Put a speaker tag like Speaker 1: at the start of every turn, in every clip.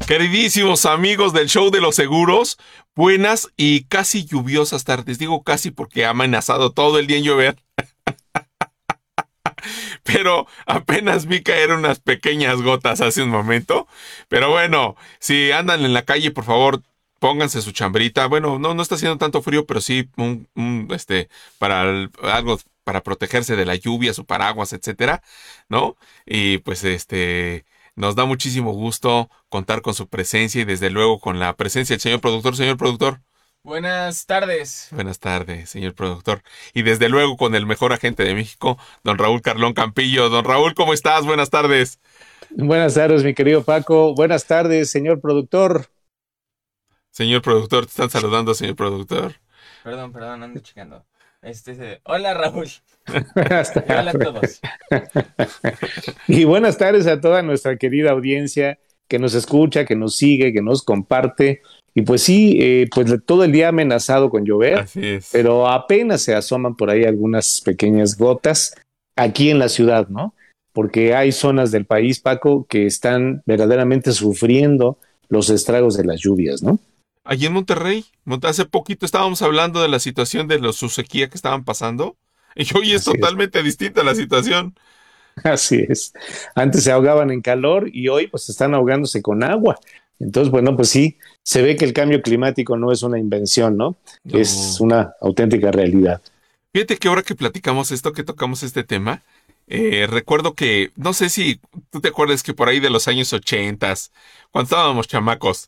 Speaker 1: Queridísimos amigos del show de los seguros, buenas y casi lluviosas tardes. Digo casi porque ha amenazado todo el día en llover. Pero apenas vi caer unas pequeñas gotas hace un momento. Pero bueno, si andan en la calle, por favor, pónganse su chambrita. Bueno, no está haciendo tanto frío, pero sí algo para protegerse de la lluvia, su paraguas, etcétera, ¿no? Y pues nos da muchísimo gusto contar con su presencia y desde luego con la presencia del señor productor. Señor productor.
Speaker 2: Buenas tardes.
Speaker 1: Buenas tardes, señor productor. Y desde luego con el mejor agente de México, don Raúl Carlón Campillo. Don Raúl, ¿cómo estás? Buenas tardes.
Speaker 3: Buenas tardes, mi querido Paco. Buenas tardes, señor productor.
Speaker 1: Señor productor, te están saludando, señor productor.
Speaker 2: Perdón, ando checando. Hola, Raúl.
Speaker 3: Buenas tardes.
Speaker 2: Hola a todos.
Speaker 3: Y buenas tardes a toda nuestra querida audiencia que nos escucha, que nos sigue, que nos comparte. Y pues sí, pues todo el día amenazado con llover.
Speaker 1: Así es.
Speaker 3: Pero apenas se asoman por ahí algunas pequeñas gotas aquí en la ciudad, ¿no? Porque hay zonas del país, Paco, que están verdaderamente sufriendo los estragos de las lluvias, ¿no?
Speaker 1: Allí en Monterrey, hace poquito estábamos hablando de la situación de su sequía que estaban pasando. Y hoy es totalmente distinta la situación.
Speaker 3: Así es. Antes se ahogaban en calor y hoy pues están ahogándose con agua. Entonces, bueno, pues sí, se ve que el cambio climático no es una invención, ¿no? Es una auténtica realidad.
Speaker 1: Fíjate que ahora que platicamos esto, que tocamos este tema, recuerdo que, no sé si tú te acuerdas que por ahí de los años 80, cuando estábamos chamacos,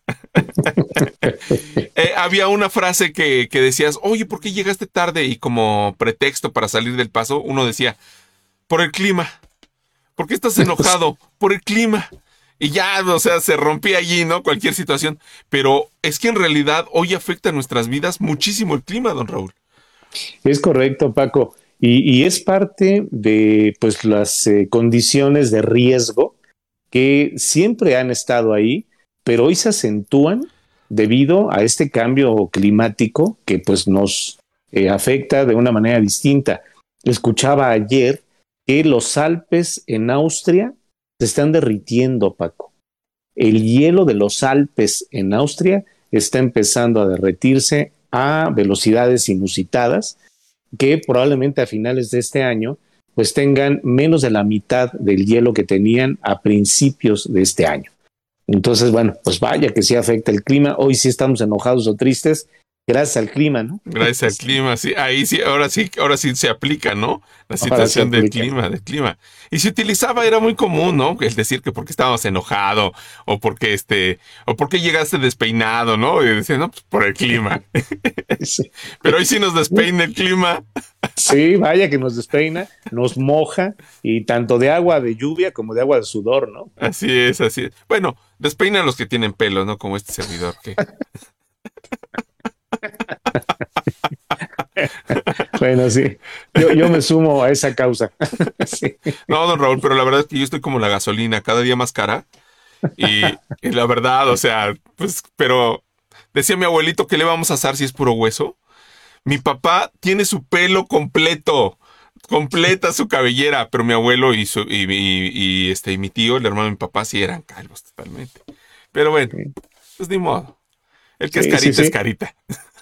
Speaker 1: había una frase que decías, oye, ¿por qué llegaste tarde? Y como pretexto para salir del paso, uno decía, por el clima. ¿Por qué estás enojado? Por el clima. Y ya, o sea, se rompía allí, ¿no? Cualquier situación. Pero es que en realidad hoy afecta a nuestras vidas muchísimo el clima, don Raúl.
Speaker 3: Es correcto, Paco. Y es parte de pues las condiciones de riesgo que siempre han estado ahí, pero hoy se acentúan debido a este cambio climático que pues nos afecta de una manera distinta. Escuchaba ayer que los Alpes en Austria se están derritiendo, Paco. El hielo de los Alpes en Austria está empezando a derretirse a velocidades inusitadas que probablemente a finales de este año pues tengan menos de la mitad del hielo que tenían a principios de este año. Entonces, bueno, pues vaya que sí afecta el clima. Hoy sí estamos enojados o tristes gracias al clima, ¿no?
Speaker 1: Gracias al clima, sí. Ahí sí, ahora sí se aplica, ¿no? La situación del clima. Y se utilizaba, era muy común, ¿no? El decir que porque estábamos enojados, o porque llegaste despeinado, ¿no? Y decían, no, pues por el clima. Sí. Pero hoy sí nos despeina el clima.
Speaker 3: Sí, vaya que nos despeina, nos moja, y tanto de agua de lluvia como de agua de sudor, ¿no?
Speaker 1: Así es. Bueno, despeina a los que tienen pelo, ¿no? Como este servidor que...
Speaker 3: Bueno, sí, yo me sumo a esa causa.
Speaker 1: Sí. No, don Raúl, pero la verdad es que yo estoy como la gasolina, cada día más cara. Y la verdad, o sea, pues, pero decía mi abuelito, ¿qué le vamos a hacer si es puro hueso? Mi papá tiene su pelo completo, completa su cabellera, pero mi abuelo y mi tío, el hermano de mi papá, sí eran calvos totalmente. Pero bueno, pues ni modo. El que es carita es carita.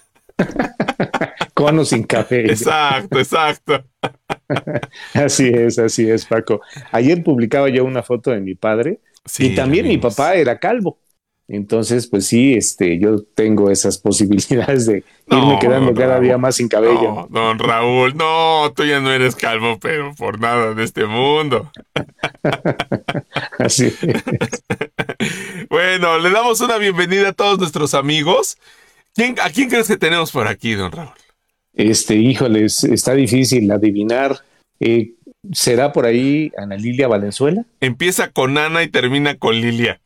Speaker 3: Con o sin café.
Speaker 1: Exacto.
Speaker 3: Así es, Paco. Ayer publicaba yo una foto de mi padre, sí, y también mi papá era calvo. Entonces, pues sí, yo tengo esas posibilidades de irme quedando cada día más sin cabello.
Speaker 1: No, don Raúl, no, tú ya no eres calvo, pero por nada de este mundo.
Speaker 3: Así es.
Speaker 1: Bueno, le damos una bienvenida a todos nuestros amigos. ¿A quién crees que tenemos por aquí, don Raúl?
Speaker 3: Híjoles, está difícil adivinar. ¿Será por ahí Ana Lilia Valenzuela?
Speaker 1: Empieza con Ana y termina con Lilia.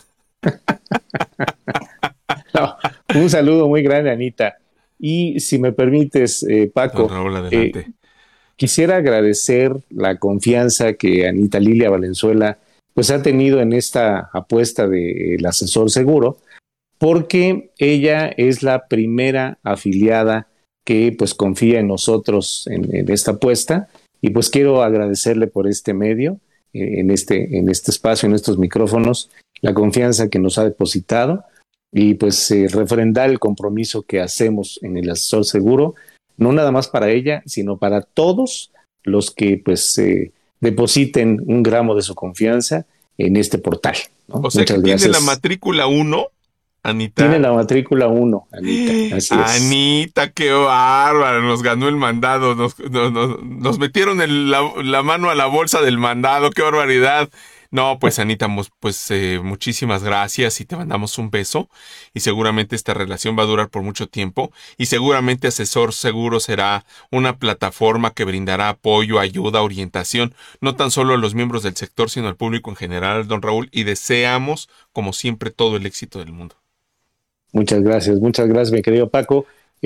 Speaker 3: No, un saludo muy grande, Anita. Y si me permites, Paco,
Speaker 1: don Raúl, adelante.
Speaker 3: Quisiera agradecer la confianza que Anita Lilia Valenzuela pues ha tenido en esta apuesta del asesor seguro, porque ella es la primera afiliada que pues confía en nosotros en esta apuesta, y pues quiero agradecerle por este medio, en este espacio, en estos micrófonos, la confianza que nos ha depositado y pues refrendar el compromiso que hacemos en el asesor seguro, no nada más para ella, sino para todos los que pues depositen un gramo de su confianza en este portal, ¿no?
Speaker 1: O sea,
Speaker 3: Muchas
Speaker 1: que
Speaker 3: gracias.
Speaker 1: tiene la matrícula 1, Anita.
Speaker 3: Tiene la matrícula 1, Anita. Así es.
Speaker 1: Anita, qué bárbara, nos ganó el mandado, nos metieron la mano a la bolsa del mandado, qué barbaridad. No, pues Anita, muchísimas gracias y te mandamos un beso y seguramente esta relación va a durar por mucho tiempo y seguramente Asesor Seguro será una plataforma que brindará apoyo, ayuda, orientación, no tan solo a los miembros del sector, sino al público en general, don Raúl, y deseamos, como siempre, todo el éxito del mundo.
Speaker 3: Muchas gracias, mi querido Paco.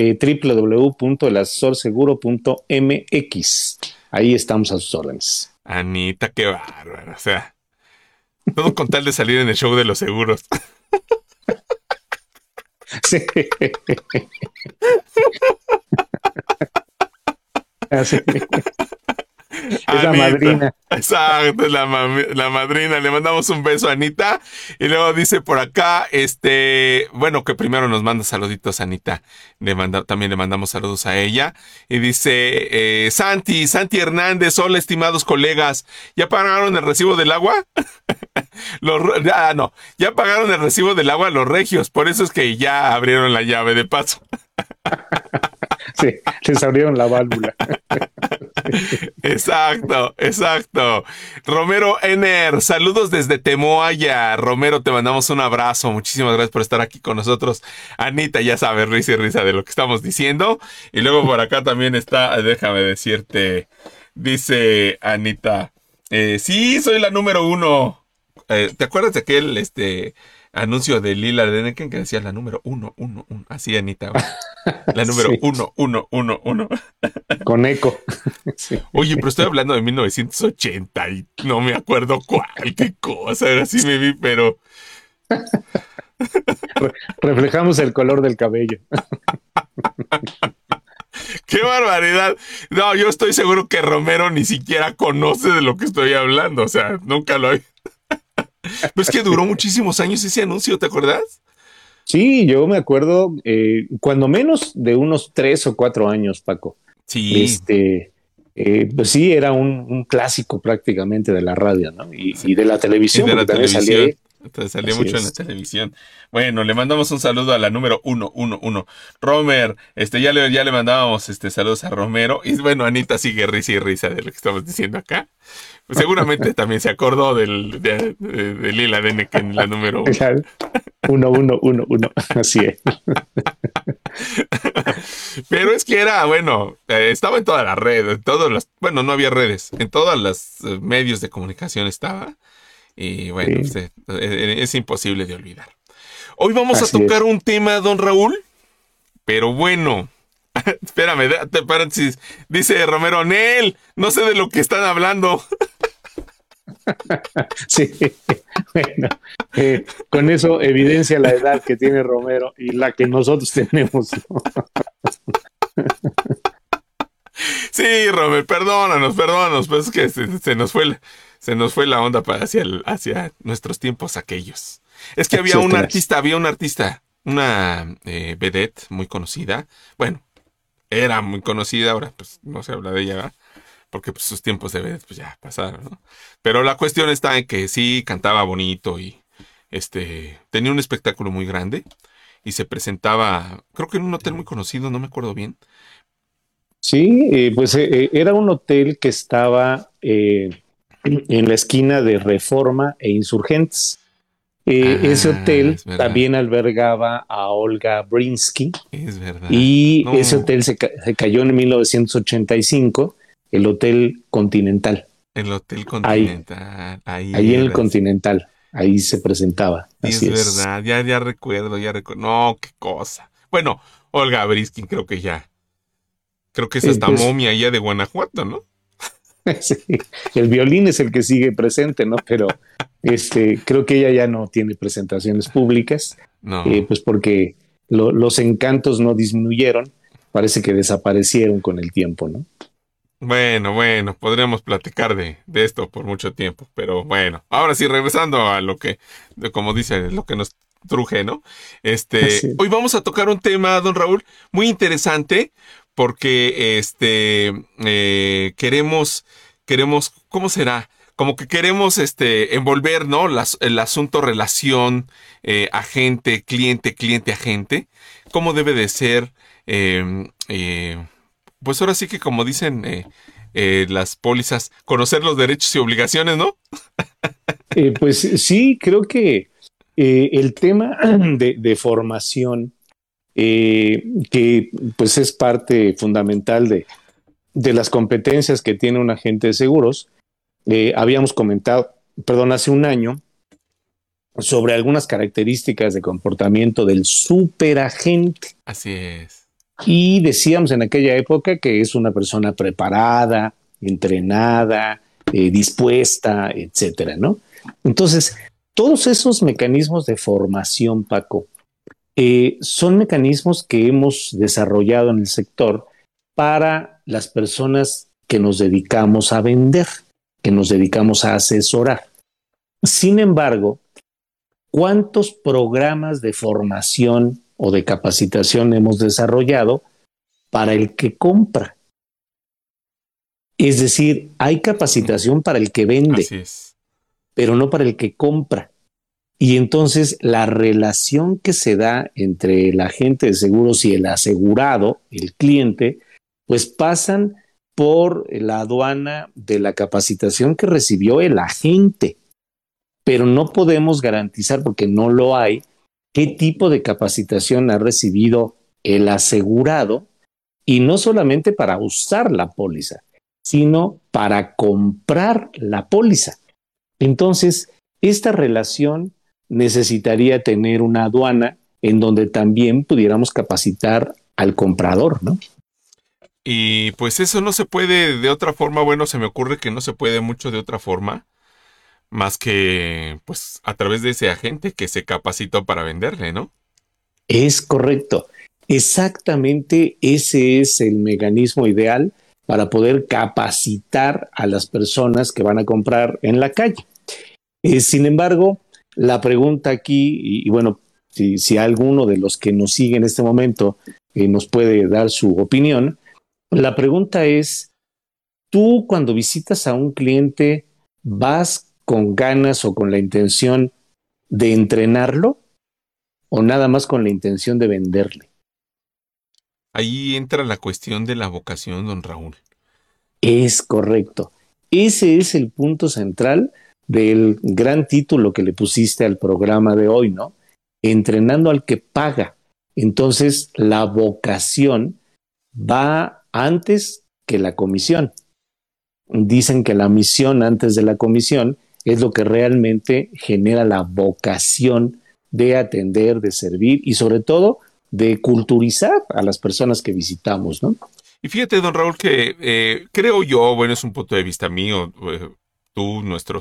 Speaker 3: www.elasesorseguro.mx. Ahí estamos a sus órdenes.
Speaker 1: Anita, qué bárbara, o sea, todo con tal de salir en el show de los seguros.
Speaker 3: Sí. Así. Es la madrina.
Speaker 1: Exacto, es la madrina. Le mandamos un beso a Anita. Y luego dice por acá, bueno, que primero nos manda saluditos a Anita. También le mandamos saludos a ella. Y dice, Santi Hernández, hola estimados colegas. ¿Ya pagaron el recibo del agua? No, ya pagaron el recibo del agua los regios. Por eso es que ya abrieron la llave de paso.
Speaker 3: Sí, les abrieron la válvula.
Speaker 1: Exacto. Romero Ener, saludos desde Temoaya. Romero, te mandamos un abrazo. Muchísimas gracias por estar aquí con nosotros. Anita, ya sabes, risa y risa de lo que estamos diciendo. Y luego por acá también está, déjame decirte, dice Anita, sí, soy la número 1. ¿Te acuerdas de aquel anuncio de Lila Deneken que decía la número 1? Así, Anita. La número 1.
Speaker 3: Con eco.
Speaker 1: Sí. Oye, pero estoy hablando de 1980 y no me acuerdo qué cosa. Ahora sí me vi, pero...
Speaker 3: Reflejamos el color del cabello.
Speaker 1: ¡Qué barbaridad! No, yo estoy seguro que Romero ni siquiera conoce de lo que estoy hablando. O sea, nunca lo he... Pero es que duró muchísimos años ese anuncio, ¿te acuerdas?
Speaker 3: Sí, yo me acuerdo, cuando menos de unos 3 o 4 años, Paco.
Speaker 1: Sí.
Speaker 3: Pues sí, era un clásico prácticamente de la radio, ¿no? Y de la televisión.
Speaker 1: Y de la televisión. Salía
Speaker 3: Así
Speaker 1: mucho
Speaker 3: es.
Speaker 1: en la televisión. Bueno, le mandamos un saludo a la número 1. Romer, ya le mandábamos saludos a Romero. Y bueno, Anita sigue risa y risa de lo que estamos diciendo acá. Pues seguramente también se acordó de Lila Deneken, la número 1.
Speaker 3: 1. Así es.
Speaker 1: Pero es que era, bueno, estaba en todas las redes, bueno, no había redes, en todos los medios de comunicación estaba. Y bueno, sí. Es imposible de olvidar. Hoy vamos a tocar un tema, don Raúl, pero bueno, espérame, paréntesis, dice Romero, Nel, no sé de lo que están hablando.
Speaker 3: Sí, bueno, con eso evidencia la edad que tiene Romero y la que nosotros tenemos, ¿no?
Speaker 1: Sí, Romero, perdónanos, pues es que se nos fue la onda hacia nuestros tiempos aquellos. Es que había un artista, una vedette muy conocida. Bueno, era muy conocida, ahora pues no se habla de ella, ¿verdad? Porque pues, sus tiempos de vedette pues ya pasaron, ¿no? Pero la cuestión está en que sí cantaba bonito y tenía un espectáculo muy grande y se presentaba, creo que en un hotel muy conocido, no me acuerdo bien.
Speaker 3: Sí, pues era un hotel que estaba en la esquina de Reforma e Insurgentes. Ese hotel también albergaba a Olga Brinsky.
Speaker 1: Es verdad.
Speaker 3: Y ese hotel se cayó en 1985, el Hotel Continental.
Speaker 1: El Hotel Continental.
Speaker 3: Ahí en el Continental. Ahí se presentaba.
Speaker 1: Sí, es verdad. Ya recuerdo. No, qué cosa. Bueno, Olga Brinsky creo que es hasta pues, momia allá de Guanajuato, ¿no?
Speaker 3: Sí, el violín es el que sigue presente, ¿no? Pero creo que ella ya no tiene presentaciones públicas,
Speaker 1: no.
Speaker 3: Pues porque los encantos no disminuyeron, parece que desaparecieron con el tiempo, ¿no?
Speaker 1: Bueno, podríamos platicar de esto por mucho tiempo, pero bueno, ahora sí, regresando a lo que, como dice, lo que nos truje, ¿no?
Speaker 3: Así.
Speaker 1: Hoy vamos a tocar un tema, don Raúl, muy interesante, porque queremos, ¿cómo será? Como que queremos envolver, ¿no? El asunto relación agente, cliente, cliente, agente, cómo debe de ser eh, eh, pues ahora sí que como dicen las pólizas, conocer los derechos y obligaciones, ¿no?
Speaker 3: Pues sí, creo que el tema de formación, que pues es parte fundamental de las competencias que tiene un agente de seguros, habíamos comentado, perdón, hace un año, sobre algunas características de comportamiento del superagente.
Speaker 1: Así es.
Speaker 3: Y decíamos en aquella época que es una persona preparada, entrenada, dispuesta, etcétera, ¿no? Entonces, todos esos mecanismos de formación, Paco, son mecanismos que hemos desarrollado en el sector para las personas que nos dedicamos a vender, que nos dedicamos a asesorar. Sin embargo, ¿cuántos programas de formación o de capacitación hemos desarrollado para el que compra? Es decir, hay capacitación para el que vende,
Speaker 1: Así es.
Speaker 3: pero no para el que compra. Y entonces la relación que se da entre el agente de seguros y el asegurado, el cliente, pues pasan por la aduana de la capacitación que recibió el agente, pero no podemos garantizar, porque no lo hay, qué tipo de capacitación ha recibido el asegurado, y no solamente para usar la póliza, sino para comprar la póliza. Entonces, esta relación necesitaría tener una aduana en donde también pudiéramos capacitar al comprador, ¿no?
Speaker 1: Y pues eso no se puede de otra forma, bueno, se me ocurre que no se puede mucho de otra forma, más que pues a través de ese agente que se capacitó para venderle, ¿no?
Speaker 3: Es correcto. Exactamente ese es el mecanismo ideal para poder capacitar a las personas que van a comprar en la calle. Sin embargo, la pregunta aquí, y bueno, si alguno de los que nos sigue en este momento nos puede dar su opinión, la pregunta es, ¿tú cuando visitas a un cliente vas con ganas o con la intención de entrenarlo o nada más con la intención de venderle?
Speaker 1: Ahí entra la cuestión de la vocación, don Raúl.
Speaker 3: Es correcto. Ese es el punto central del gran título que le pusiste al programa de hoy, ¿no? Entrenando al que paga. Entonces, la vocación va antes que la comisión. Dicen que la misión antes de la comisión es lo que realmente genera la vocación de atender, de servir y sobre todo de culturizar a las personas que visitamos, ¿no?
Speaker 1: Y fíjate, don Raúl, que creo yo, bueno, es un punto de vista mío, tú,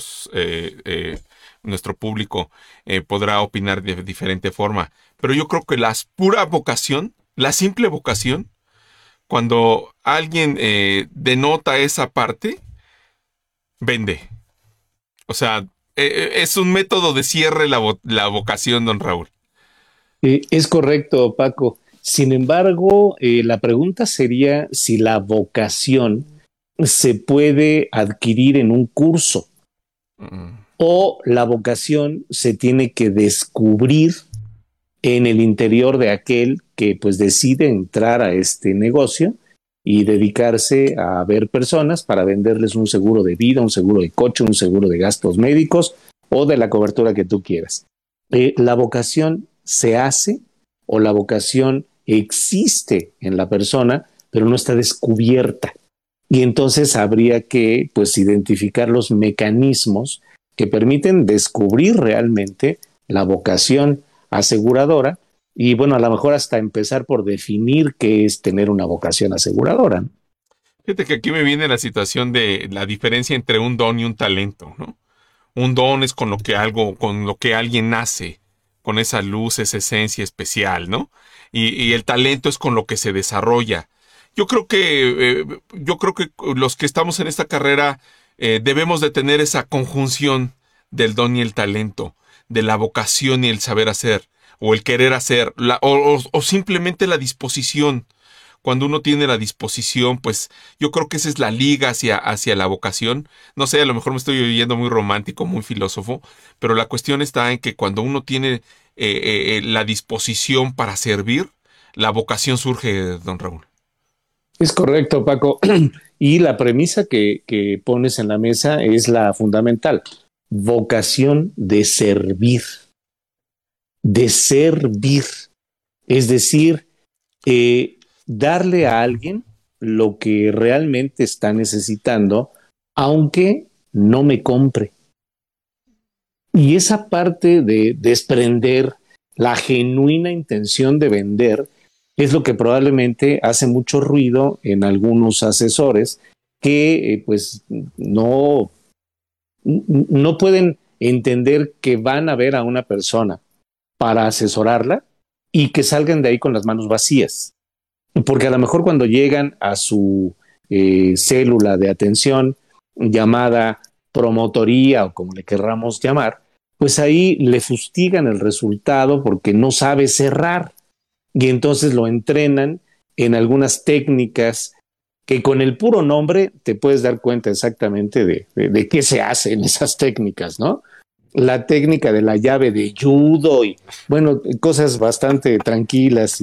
Speaker 1: nuestro público podrá opinar de diferente forma, pero yo creo que la pura vocación, la simple vocación, cuando alguien denota esa parte, vende. O sea, es un método de cierre la vocación, don Raúl.
Speaker 3: Es correcto, Paco. Sin embargo, la pregunta sería si la vocación se puede adquirir en un curso
Speaker 1: Mm.
Speaker 3: o la vocación se tiene que descubrir en el interior de aquel que pues decide entrar a este negocio y dedicarse a ver personas para venderles un seguro de vida, un seguro de coche, un seguro de gastos médicos o de la cobertura que tú quieras. La vocación se hace o la vocación existe en la persona, pero no está descubierta. Y entonces habría que pues identificar los mecanismos que permiten descubrir realmente la vocación aseguradora y bueno, a lo mejor hasta empezar por definir qué es tener una vocación aseguradora, ¿no?
Speaker 1: Fíjate que aquí me viene la situación de la diferencia entre un don y un talento, ¿no? Un don es con lo que alguien nace, con esa luz, esa esencia especial, ¿no? Y el talento es con lo que se desarrolla. yo creo que los que estamos en esta carrera debemos de tener esa conjunción del don y el talento, de la vocación y el saber hacer, o el querer hacer, o simplemente la disposición. Cuando uno tiene la disposición, pues yo creo que esa es la liga hacia la vocación. No sé, a lo mejor me estoy oyendo muy romántico, muy filósofo, pero la cuestión está en que cuando uno tiene la disposición para servir, la vocación surge, don Raúl.
Speaker 3: Es correcto, Paco. Y la premisa que pones en la mesa es la fundamental. Vocación de servir. De servir. Es decir, darle a alguien lo que realmente está necesitando, aunque no me compre. Y esa parte de desprender la genuina intención de vender es lo que probablemente hace mucho ruido en algunos asesores que pues no pueden entender que van a ver a una persona para asesorarla y que salgan de ahí con las manos vacías. Porque a lo mejor cuando llegan a su célula de atención llamada promotoría o como le querramos llamar, pues ahí le fustigan el resultado porque no sabe cerrar y entonces lo entrenan en algunas técnicas que con el puro nombre te puedes dar cuenta exactamente de qué se hace en esas técnicas, ¿no? La técnica de la llave de judo y, bueno, cosas bastante tranquilas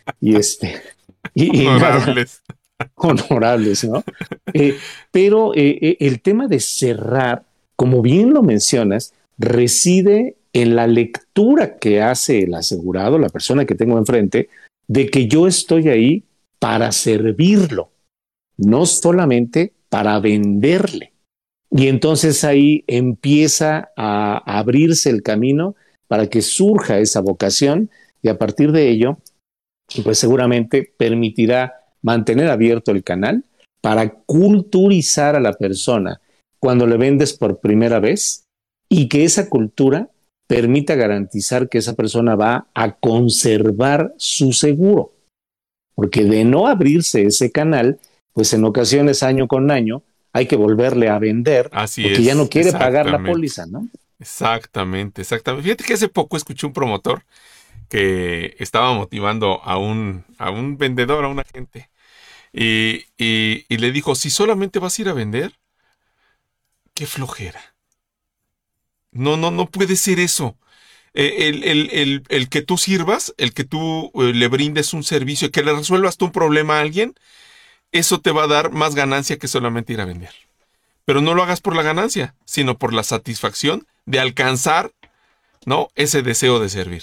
Speaker 3: y
Speaker 1: Honorables.
Speaker 3: honorables, ¿no? Pero el tema de cerrar, como bien lo mencionas, reside en la lectura que hace el asegurado, la persona que tengo enfrente, de que yo estoy ahí para servirlo, no solamente para venderle. Y entonces ahí empieza a abrirse el camino para que surja esa vocación y a partir de ello, pues seguramente permitirá mantener abierto el canal para culturizar a la persona cuando le vendes por primera vez y que esa cultura permita garantizar que esa persona va a conservar su seguro. Porque de no abrirse ese canal, pues en ocasiones año con año hay que volverle a vender
Speaker 1: Así
Speaker 3: porque
Speaker 1: es,
Speaker 3: ya no quiere pagar la
Speaker 1: exactamente.
Speaker 3: póliza, ¿no?
Speaker 1: Exactamente. Fíjate que hace poco escuché un promotor que estaba motivando a un vendedor, a un agente, y le dijo, si solamente vas a ir a vender, qué flojera. No puede ser eso. El que tú sirvas, el que tú le brindes un servicio, que le resuelvas tú un problema a alguien, eso te va a dar más ganancia que solamente ir a vender. Pero no lo hagas por la ganancia, sino por la satisfacción de alcanzar, ¿no?, ese deseo de servir.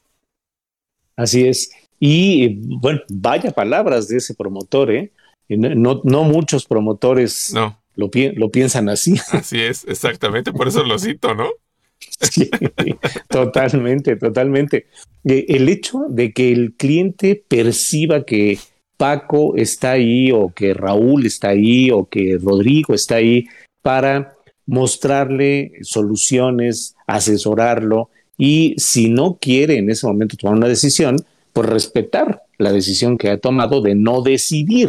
Speaker 3: Así es. Y bueno, vaya palabras de ese promotor, ¿eh? No muchos promotores
Speaker 1: No,
Speaker 3: lo piensan así.
Speaker 1: así es, exactamente, por eso lo cito, ¿no?
Speaker 3: Sí, totalmente, totalmente. El hecho de que el cliente perciba que Paco está ahí o que Raúl está ahí o que Rodrigo está ahí para mostrarle soluciones, asesorarlo y si no quiere en ese momento tomar una decisión, pues respetar la decisión que ha tomado de no decidir.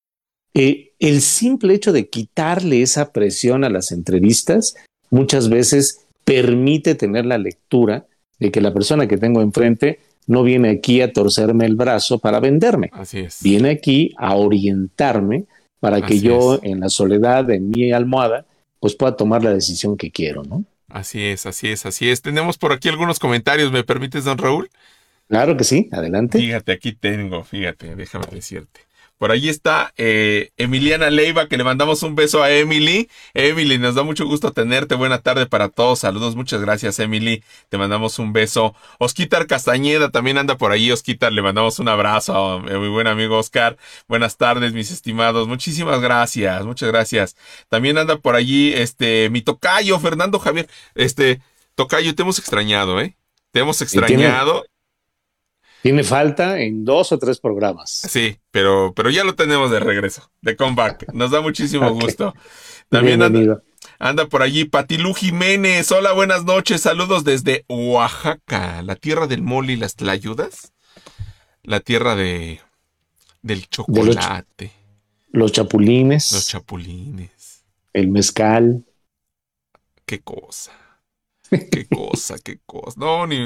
Speaker 3: El simple hecho de quitarle esa presión a las entrevistas muchas veces permite tener la lectura de que la persona que tengo enfrente no viene aquí a torcerme el brazo para venderme.
Speaker 1: Así es.
Speaker 3: Viene aquí a orientarme para que
Speaker 1: Así
Speaker 3: yo
Speaker 1: es.
Speaker 3: en la soledad de mi almohada pues pueda tomar la decisión que quiero, ¿no?
Speaker 1: Así es, así es, así es. Tenemos por aquí algunos comentarios, ¿me permites, don Raúl?
Speaker 3: Claro que sí, adelante.
Speaker 1: Fíjate, aquí tengo, fíjate, déjame decirte. Por ahí está Emiliana Leiva, que le mandamos un beso a Emily. Emily, nos da mucho gusto tenerte. Buena tarde para todos. Saludos, muchas gracias, Emily. Te mandamos un beso. Osquitar Castañeda también anda por ahí. Osquitar, le mandamos un abrazo a mi buen amigo Oscar. Buenas tardes, mis estimados. Muchísimas gracias, muchas gracias. También anda por allí mi tocayo, Fernando Javier. Tocayo, te hemos extrañado, ¿eh? Te hemos extrañado.
Speaker 3: Tiene falta en 2 o 3 programas.
Speaker 1: Sí, pero ya lo tenemos de regreso, de comeback. Nos da muchísimo gusto. También anda por allí Patilú Jiménez. Hola, buenas noches. Saludos desde Oaxaca, la tierra del mole y las tlayudas. La tierra de Del
Speaker 3: de
Speaker 1: chocolate,
Speaker 3: los chapulines,
Speaker 1: los chapulines.
Speaker 3: el mezcal.
Speaker 1: Qué cosa. Qué cosa, qué cosa.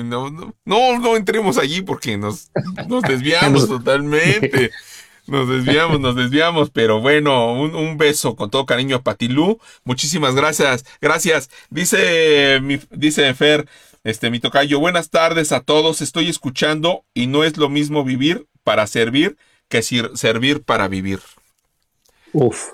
Speaker 1: No entremos allí porque nos desviamos totalmente. Nos desviamos, pero bueno, un beso con todo cariño a Patilú. Muchísimas gracias, gracias. Dice Fer, mi tocayo, buenas tardes a todos. Estoy escuchando y no es lo mismo vivir para servir que servir para vivir.
Speaker 3: Uf,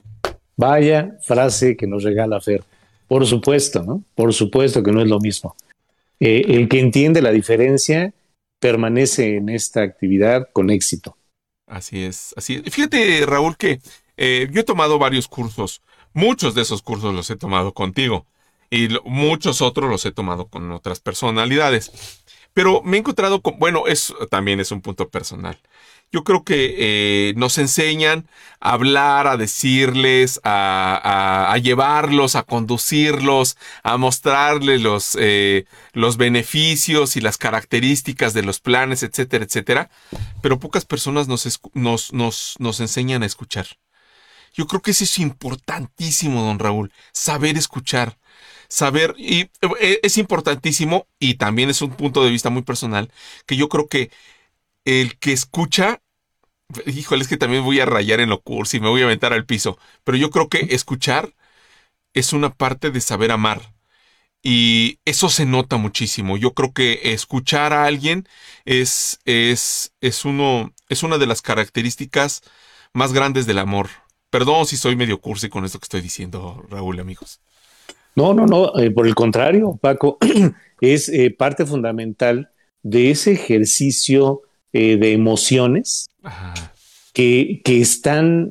Speaker 3: vaya frase que nos regala Fer. Por supuesto, ¿no? Por supuesto que no es lo mismo. El que entiende la diferencia permanece en esta actividad con éxito.
Speaker 1: Así es, así es. Fíjate, Raúl, que yo he tomado varios cursos. Muchos de esos cursos los he tomado contigo. Y muchos otros los he tomado con otras personalidades. Pero me he encontrado con... Bueno, eso también es un punto personal. Yo creo que nos enseñan a hablar, a decirles, a llevarlos, a conducirlos, a mostrarles los beneficios y las características de los planes, etcétera, etcétera. Pero pocas personas nos enseñan a escuchar. Yo creo que eso es importantísimo, don Raúl, saber escuchar. Saber, y es importantísimo, y también es un punto de vista muy personal, que yo creo que el que escucha, híjole, es que también voy a rayar en lo cursi y me voy a aventar al piso, pero yo creo que escuchar es una parte de saber amar. Y eso se nota muchísimo. Yo creo que escuchar a alguien es una de las características más grandes del amor. Perdón si soy medio cursi con esto que estoy diciendo, Raúl, amigos.
Speaker 3: No, por el contrario, Paco, es parte fundamental de ese ejercicio de emociones que están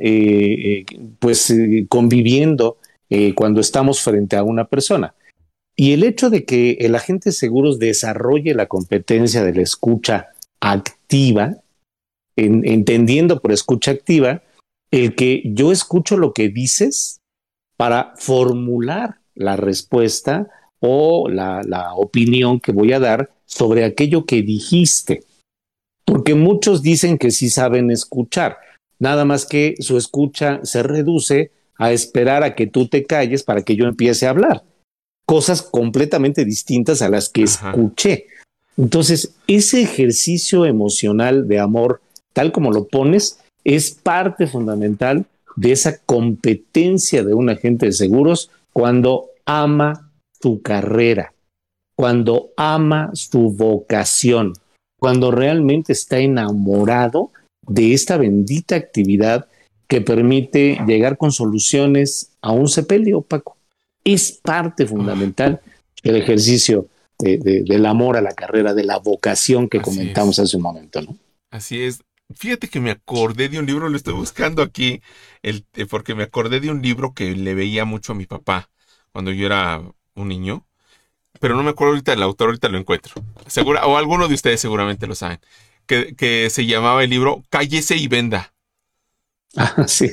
Speaker 3: conviviendo cuando estamos frente a una persona. Y el hecho de que el agente de seguros desarrolle la competencia de la escucha activa, entendiendo por escucha activa, el que yo escucho lo que dices para formular la respuesta o la opinión que voy a dar sobre aquello que dijiste. Porque muchos dicen que sí saben escuchar, nada más que su escucha se reduce a esperar a que tú te calles para que yo empiece a hablar. Cosas completamente distintas a las que escuché. Entonces, ese ejercicio emocional de amor, tal como lo pones, es parte fundamental de esa competencia de un agente de seguros cuando ama su carrera, cuando ama su vocación, cuando realmente está enamorado de esta bendita actividad que permite llegar con soluciones a un sepelio, Paco. Es parte fundamental del ejercicio del amor a la carrera, de la vocación que comentamos hace un momento, ¿no?
Speaker 1: Así es. Fíjate que me acordé de un libro, lo estoy buscando aquí, porque me acordé de un libro que le veía mucho a mi papá cuando yo era un niño, pero no me acuerdo ahorita del autor, ahorita lo encuentro. O alguno de ustedes seguramente lo saben, que se llamaba el libro Cállese y Venda.
Speaker 3: Ah, sí.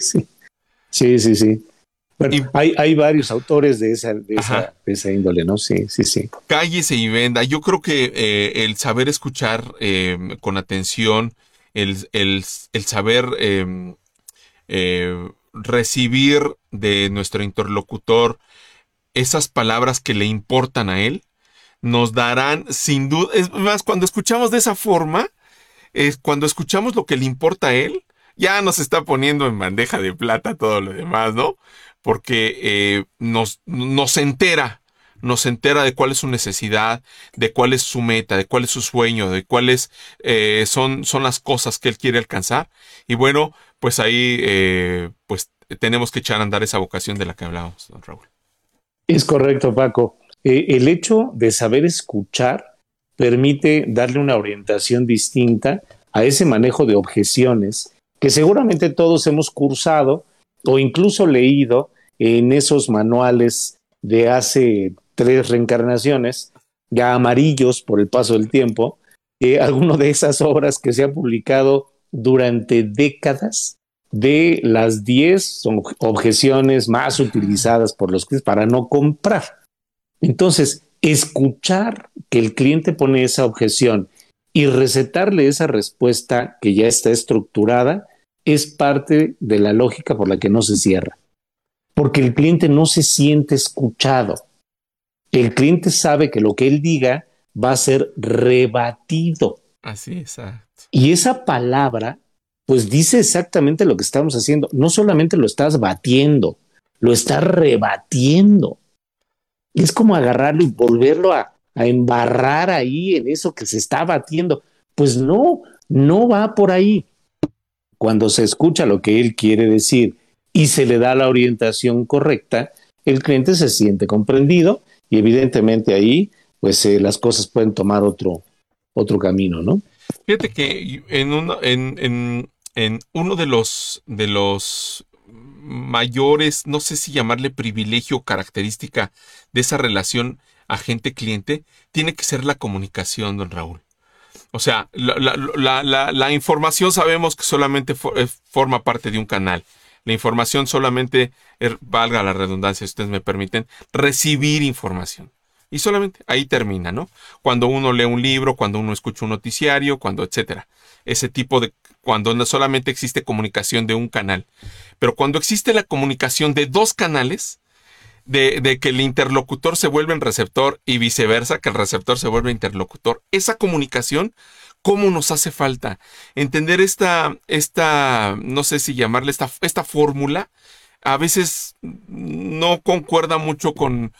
Speaker 3: Bueno, hay varios autores de esa índole, ¿no? Sí.
Speaker 1: Cállese y venda. Yo creo que el saber escuchar con atención, el saber recibir de nuestro interlocutor esas palabras que le importan a él, nos darán sin duda, es más, cuando escuchamos de esa forma, cuando escuchamos lo que le importa a él, ya nos está poniendo en bandeja de plata todo lo demás, ¿no? Porque nos entera de cuál es su necesidad, de cuál es su meta, de cuál es su sueño, de cuáles son las cosas que él quiere alcanzar. Y bueno, pues ahí pues tenemos que echar a andar esa vocación de la que hablábamos, don Raúl.
Speaker 3: Es correcto, Paco. El hecho de saber escuchar permite darle una orientación distinta a ese manejo de objeciones que seguramente todos hemos cursado o incluso leído en esos manuales de hace 3 reencarnaciones, ya amarillos por el paso del tiempo, alguna de esas obras que se han publicado durante décadas de las 10 objeciones más utilizadas por los clientes para no comprar. Entonces, escuchar que el cliente pone esa objeción y recetarle esa respuesta que ya está estructurada es parte de la lógica por la que no se cierra. Porque el cliente no se siente escuchado. El cliente sabe que lo que él diga va a ser rebatido.
Speaker 1: Así, exacto.
Speaker 3: Y esa palabra, pues dice exactamente lo que estamos haciendo. No solamente lo estás batiendo, lo estás rebatiendo. Es como agarrarlo y volverlo a embarrar ahí en eso que se está batiendo. Pues no, no va por ahí. Cuando se escucha lo que él quiere decir y se le da la orientación correcta, el cliente se siente comprendido y evidentemente ahí pues las cosas pueden tomar otro camino, ¿no?
Speaker 1: Fíjate que en uno de los mayores, no sé si llamarle privilegio o característica de esa relación agente-cliente, tiene que ser la comunicación, don Raúl. O sea, la información sabemos que solamente forma parte de un canal. La información solamente, valga la redundancia, si ustedes me permiten, recibir información. Y solamente ahí termina, ¿no? Cuando uno lee un libro, cuando uno escucha un noticiario, cuando etcétera. Ese tipo de... Cuando no solamente existe comunicación de un canal. Pero cuando existe la comunicación de dos canales, de que el interlocutor se vuelve en receptor y viceversa, que el receptor se vuelve interlocutor, esa comunicación, ¿cómo nos hace falta? Entender esta no sé si llamarle esta fórmula, a veces no concuerda mucho con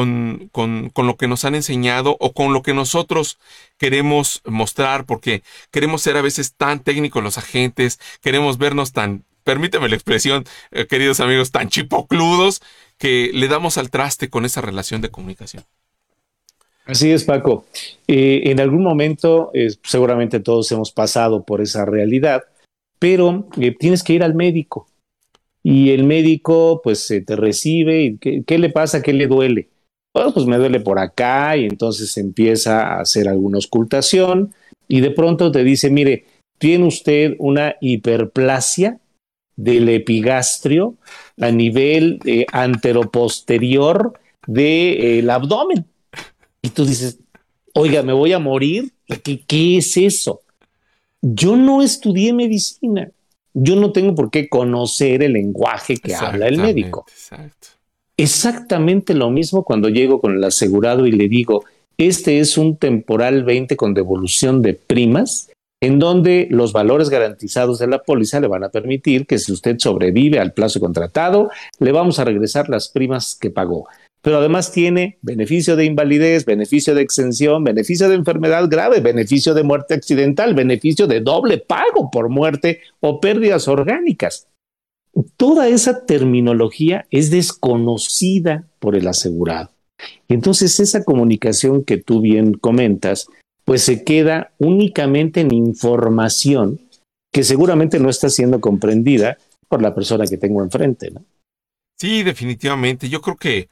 Speaker 1: lo que nos han enseñado o con lo que nosotros queremos mostrar, porque queremos ser a veces tan técnicos los agentes, queremos vernos tan, permíteme la expresión, queridos amigos, tan chipocludos, que le damos al traste con esa relación de comunicación.
Speaker 3: Así es, Paco. En algún momento, seguramente todos hemos pasado por esa realidad, pero tienes que ir al médico. Y el médico pues te recibe y ¿qué le pasa? ¿Qué le duele? Bueno, pues me duele por acá y entonces empieza a hacer alguna auscultación y de pronto te dice, mire, tiene usted una hiperplasia del epigastrio a nivel anteroposterior del abdomen. Y tú dices, oiga, ¿me voy a morir? ¿Qué es eso? Yo no estudié medicina. Yo no tengo por qué conocer el lenguaje que habla el médico.
Speaker 1: Exacto.
Speaker 3: Exactamente lo mismo cuando llego con el asegurado y le digo, este es un temporal 20 con devolución de primas, en donde los valores garantizados de la póliza le van a permitir que si usted sobrevive al plazo contratado, le vamos a regresar las primas que pagó. Pero además tiene beneficio de invalidez, beneficio de exención, beneficio de enfermedad grave, beneficio de muerte accidental, beneficio de doble pago por muerte o pérdidas orgánicas. Toda esa terminología es desconocida por el asegurado. Y entonces esa comunicación que tú bien comentas, pues se queda únicamente en información que seguramente no está siendo comprendida por la persona que tengo enfrente, ¿no?
Speaker 1: Sí, definitivamente. Yo creo que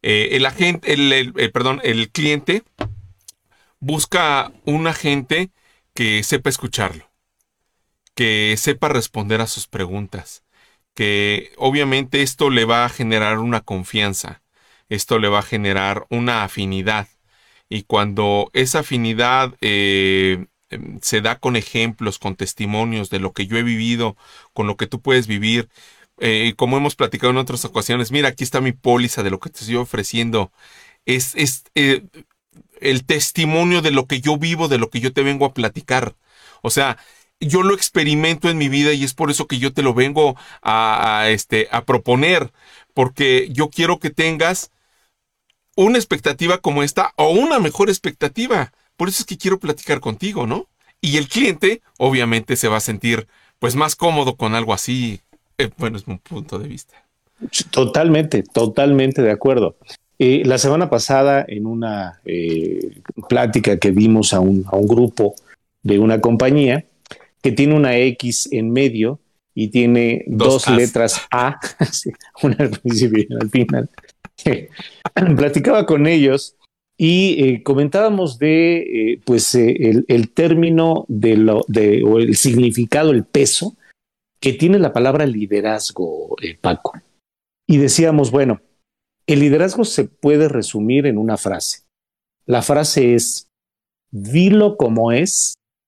Speaker 1: el cliente busca un agente que sepa escucharlo, que sepa responder a sus preguntas, que obviamente esto le va a generar una confianza, esto le va a generar una afinidad. Y cuando esa afinidad se da con ejemplos, con testimonios de lo que yo he vivido, con lo que tú puedes vivir, como hemos platicado en otras ocasiones, mira, aquí está mi póliza de lo que te estoy ofreciendo. Es el testimonio de lo que yo vivo, de lo que yo te vengo a platicar. O sea, yo lo experimento en mi vida y es por eso que yo te lo vengo a proponer, porque yo quiero que tengas una expectativa como esta o una mejor expectativa. Por eso es que quiero platicar contigo, ¿no? Y el cliente obviamente se va a sentir pues más cómodo con algo así. Bueno, es un punto de vista.
Speaker 3: Totalmente de acuerdo. La semana pasada en una plática que dimos a un grupo de una compañía que tiene una X en medio y tiene dos letras A, una al principio y una al final. Platicaba con ellos y comentábamos de el término o el significado, el peso que tiene la palabra liderazgo, Paco. Y decíamos, bueno, el liderazgo se puede resumir en una frase. La frase es, dilo como es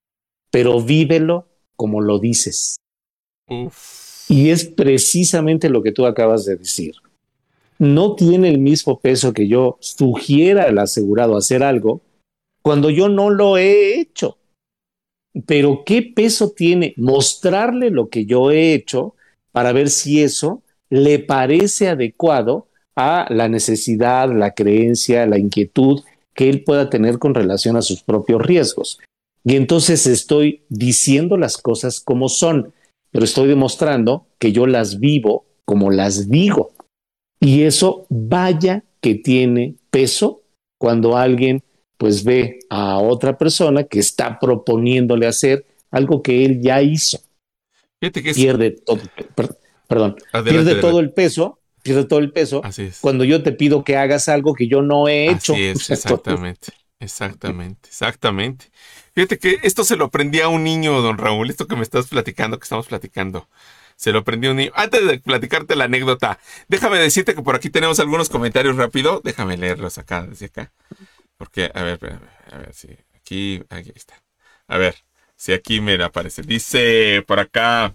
Speaker 3: pero vívelo como lo dices.
Speaker 1: Uf.
Speaker 3: Y es precisamente lo que tú acabas de decir. No tiene el mismo peso que yo sugiera al asegurado hacer algo cuando yo no lo he hecho. Pero ¿qué peso tiene mostrarle lo que yo he hecho para ver si eso le parece adecuado a la necesidad, la creencia, la inquietud que él pueda tener con relación a sus propios riesgos? Y entonces estoy diciendo las cosas como son, pero estoy demostrando que yo las vivo como las digo. Y eso vaya que tiene peso cuando alguien pues ve a otra persona que está proponiéndole hacer algo que él ya hizo.
Speaker 1: Fíjate que es...
Speaker 3: Pierde todo, perdón,
Speaker 1: Adelante, adelante.
Speaker 3: pierde todo el peso
Speaker 1: Así es.
Speaker 3: cuando yo te pido que hagas algo que yo no he hecho.
Speaker 1: Así es, exactamente. Exactamente, exactamente. Fíjate que esto se lo aprendí a un niño, don Raúl, esto que me estás platicando, que estamos platicando. Se lo aprendí a un niño. Antes de platicarte la anécdota, déjame decirte que por aquí tenemos algunos comentarios rápido. Déjame leerlos acá, desde acá. Porque, a ver, si aquí está. A ver, si aquí me aparece. Dice por acá,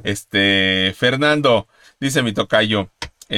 Speaker 1: Fernando, dice mi tocayo,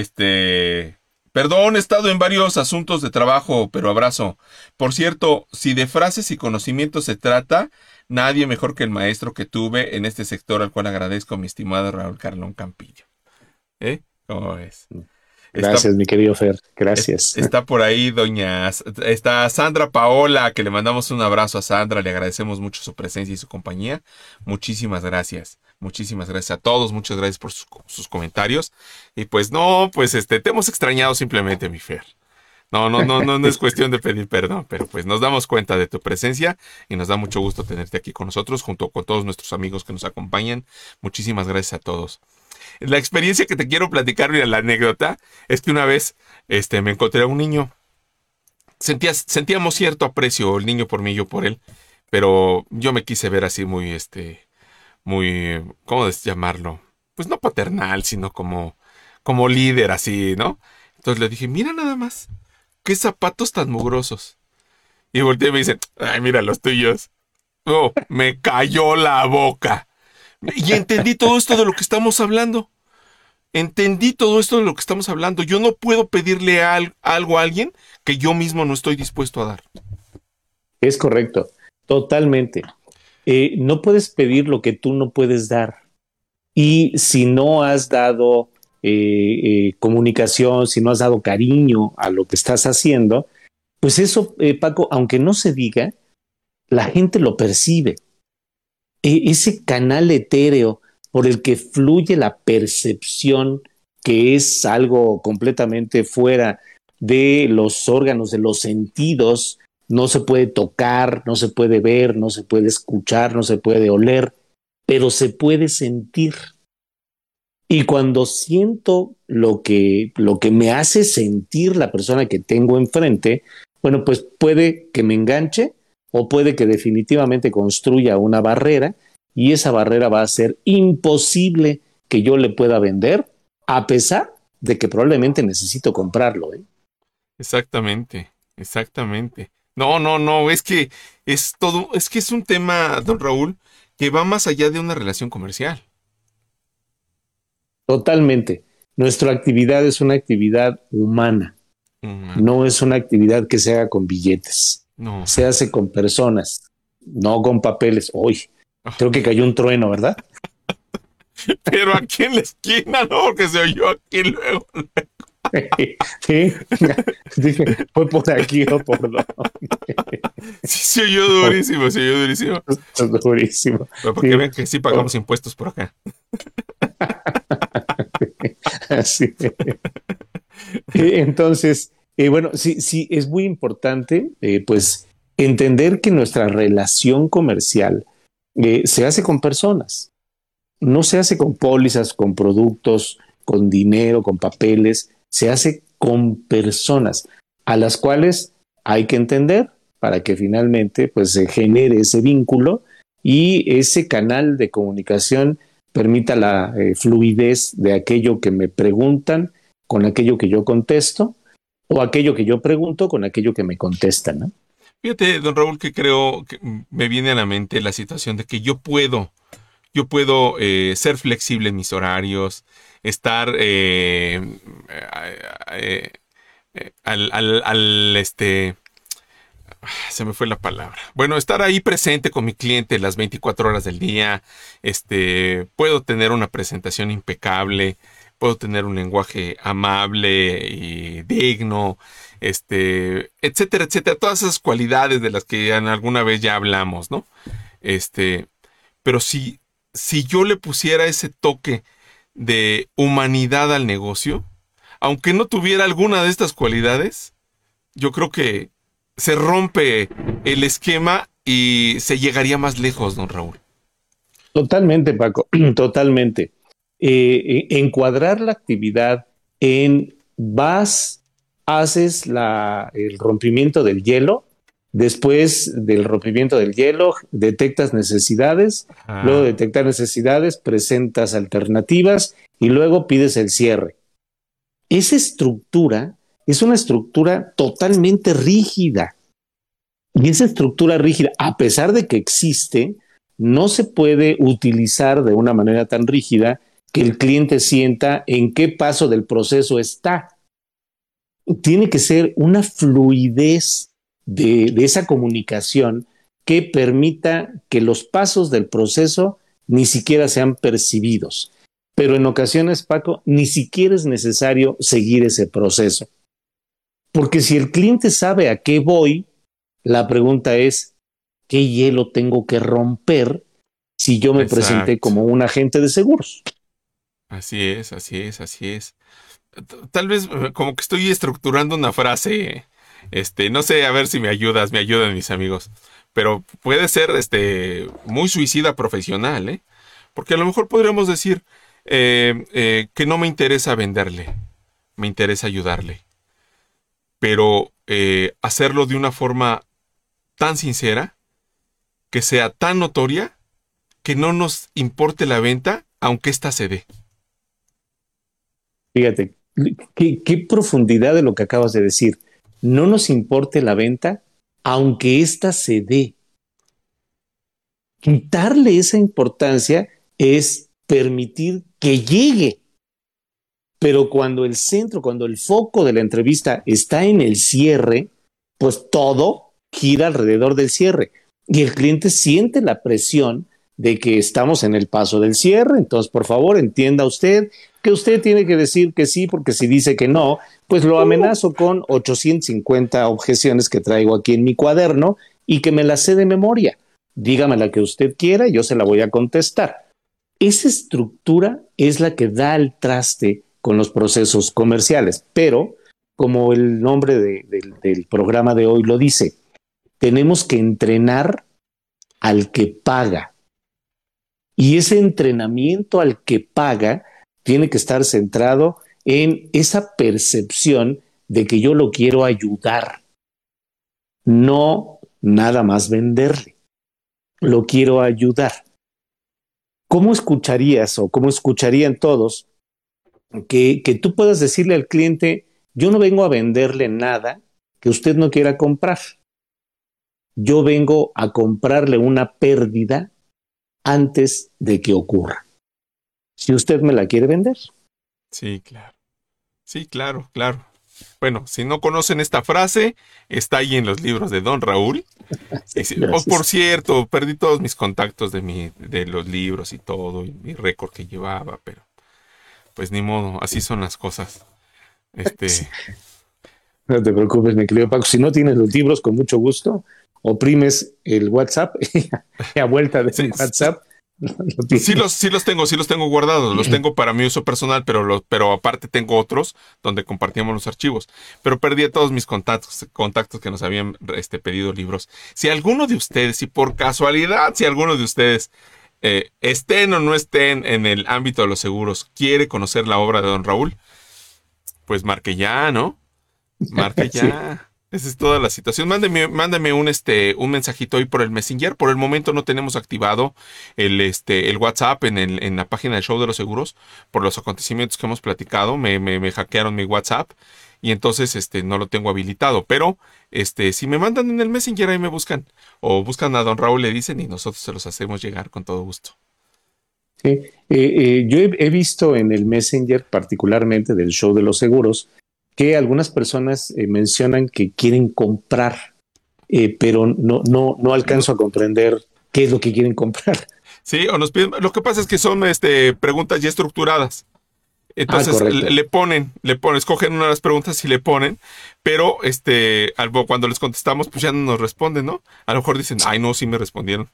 Speaker 1: perdón, he estado en varios asuntos de trabajo, pero abrazo. Por cierto, si de frases y conocimientos se trata, nadie mejor que el maestro que tuve en este sector, al cual agradezco, mi estimado Raúl Carlón Campillo. ¿Cómo ves?
Speaker 3: Gracias, mi querido Fer. Gracias.
Speaker 1: Está por ahí está Sandra Paola, que le mandamos un abrazo a Sandra, le agradecemos mucho su presencia y su compañía. Muchísimas gracias a todos, muchas gracias por sus comentarios. Y pues te hemos extrañado simplemente, mi Fer. No es cuestión de pedir perdón, pero pues nos damos cuenta de tu presencia y nos da mucho gusto tenerte aquí con nosotros, junto con todos nuestros amigos que nos acompañan. Muchísimas gracias a todos. La experiencia que te quiero platicar, mira, la anécdota, es que una vez me encontré a un niño. Sentíamos cierto aprecio, el niño por mí, yo por él, pero yo me quise ver así muy, ¿cómo llamarlo? Pues no paternal, sino como líder, así, ¿no? Entonces le dije, mira nada más, qué zapatos tan mugrosos. Y volteé y me dice, ay, mira los tuyos. Oh, me cayó la boca. Y entendí todo esto de lo que estamos hablando. Yo no puedo pedirle algo a alguien que yo mismo no estoy dispuesto a dar.
Speaker 3: Es correcto, totalmente. No puedes pedir lo que tú no puedes dar. Y si no has dado comunicación, si no has dado cariño a lo que estás haciendo, pues eso, Paco, aunque no se diga, la gente lo percibe. Ese canal etéreo por el que fluye la percepción, que es algo completamente fuera de los órganos, de los sentidos, no se puede tocar, no se puede ver, no se puede escuchar, no se puede oler, pero se puede sentir. Y cuando siento lo que me hace sentir la persona que tengo enfrente, bueno, pues puede que me enganche o puede que definitivamente construya una barrera y esa barrera va a ser imposible que yo le pueda vender a pesar de que probablemente necesito comprarlo.
Speaker 1: Exactamente. No, es que es un tema, don Raúl, que va más allá de una relación comercial.
Speaker 3: Totalmente. Nuestra actividad es una actividad humana. No es una actividad que se haga con billetes.
Speaker 1: No.
Speaker 3: Se hace con personas, no con papeles. Hoy creo que cayó un trueno, ¿verdad?
Speaker 1: Pero aquí en la esquina, no, porque se oyó aquí luego.
Speaker 3: Sí, dije, fue por aquí o por donde.
Speaker 1: Sí, se oyó durísimo.
Speaker 3: Es durísimo.
Speaker 1: Pero para que vean que sí pagamos impuestos por acá.
Speaker 3: Así. Entonces, bueno, sí, es muy importante, pues, entender que nuestra relación comercial se hace con personas, no se hace con pólizas, con productos, con dinero, con papeles, se hace con personas a las cuales hay que entender para que finalmente pues se genere ese vínculo y ese canal de comunicación permita la fluidez de aquello que me preguntan con aquello que yo contesto o aquello que yo pregunto con aquello que me contestan, ¿no?
Speaker 1: Fíjate, don Raúl, que creo que me viene a la mente la situación de que yo puedo ser flexible en mis horarios, estar se me fue la palabra. Bueno, estar ahí presente con mi cliente las 24 horas del día. Puedo tener una presentación impecable, puedo tener un lenguaje amable y digno, etcétera, etcétera. Todas esas cualidades de las que en alguna vez ya hablamos, ¿no? Pero si yo le pusiera ese toque de humanidad al negocio, aunque no tuviera alguna de estas cualidades, yo creo que se rompe el esquema y se llegaría más lejos, don Raúl.
Speaker 3: Totalmente, Paco, totalmente. Encuadrar la actividad en haces el rompimiento del hielo, después del rompimiento del hielo detectas necesidades, luego de detectar necesidades presentas alternativas y luego pides el cierre. Esa estructura es una estructura totalmente rígida. Y esa estructura rígida, a pesar de que existe, no se puede utilizar de una manera tan rígida que el cliente sienta en qué paso del proceso está. Tiene que ser una fluidez de esa comunicación que permita que los pasos del proceso ni siquiera sean percibidos. Pero en ocasiones, Paco, ni siquiera es necesario seguir ese proceso. Porque si el cliente sabe a qué voy, la pregunta es, ¿qué hielo tengo que romper si yo me presenté como un agente de seguros?
Speaker 1: Así es, así es, así es. Tal vez como que estoy estructurando una frase, no sé, a ver si me ayudan mis amigos. Pero puede ser, muy suicida profesional, ¿eh? Porque a lo mejor podríamos decir que no me interesa venderle, me interesa ayudarle. Pero hacerlo de una forma tan sincera, que sea tan notoria, que no nos importe la venta, aunque ésta se dé.
Speaker 3: Fíjate, qué profundidad de lo que acabas de decir. No nos importe la venta, aunque ésta se dé. Quitarle esa importancia es permitir que llegue. Pero cuando el centro, cuando el foco de la entrevista está en el cierre, pues todo gira alrededor del cierre. Y el cliente siente la presión de que estamos en el paso del cierre. Entonces, por favor, entienda usted que usted tiene que decir que sí, porque si dice que no, pues lo amenazo con 850 objeciones que traigo aquí en mi cuaderno y que me las sé de memoria. Dígame la que usted quiera y yo se la voy a contestar. Esa estructura es la que da el traste con los procesos comerciales, pero como el nombre del programa de hoy lo dice, tenemos que entrenar al que paga. Y ese entrenamiento al que paga tiene que estar centrado en esa percepción de que yo lo quiero ayudar, no nada más venderle, lo quiero ayudar. ¿Cómo escucharías o cómo escucharían todos que tú puedas decirle al cliente, yo no vengo a venderle nada que usted no quiera comprar? Yo vengo a comprarle una pérdida antes de que ocurra. Si usted me la quiere vender.
Speaker 1: Sí, claro. Sí, claro, claro. Bueno, si no conocen esta frase, está ahí en los libros de Don Raúl. Por cierto, perdí todos mis contactos de los libros y todo, y mi récord que llevaba, pero pues ni modo, así son las cosas.
Speaker 3: No te preocupes, mi querido Paco. Si no tienes los libros, con mucho gusto, oprimes el WhatsApp y a vuelta del WhatsApp.
Speaker 1: Sí los tengo guardados, los tengo para mi uso personal, pero aparte tengo otros donde compartíamos los archivos. Pero perdí a todos mis contactos que nos habían pedido libros. Si alguno de ustedes, si por casualidad, si alguno de ustedes estén o no estén en el ámbito de los seguros, quiere conocer la obra de Don Raúl, pues marque ya, ¿no? Marque ya. Sí. Esa es toda la situación. Mándeme un mensajito ahí por el Messenger. Por el momento no tenemos activado el WhatsApp en la página del Show de los Seguros por los acontecimientos que hemos platicado. Me hackearon mi WhatsApp y entonces no lo tengo habilitado, pero si me mandan en el Messenger ahí me buscan, o buscan a don Raúl, le dicen y nosotros se los hacemos llegar con todo gusto.
Speaker 3: Sí. Yo he visto en el Messenger, particularmente del show de los seguros, que algunas personas mencionan que quieren comprar, pero no alcanzo a comprender qué es lo que quieren comprar.
Speaker 1: Sí, o nos piden, lo que pasa es que son preguntas ya estructuradas. Entonces le ponen, escogen una de las preguntas y le ponen, pero cuando les contestamos, pues ya no nos responden, ¿no? A lo mejor dicen, ay no, sí me respondieron.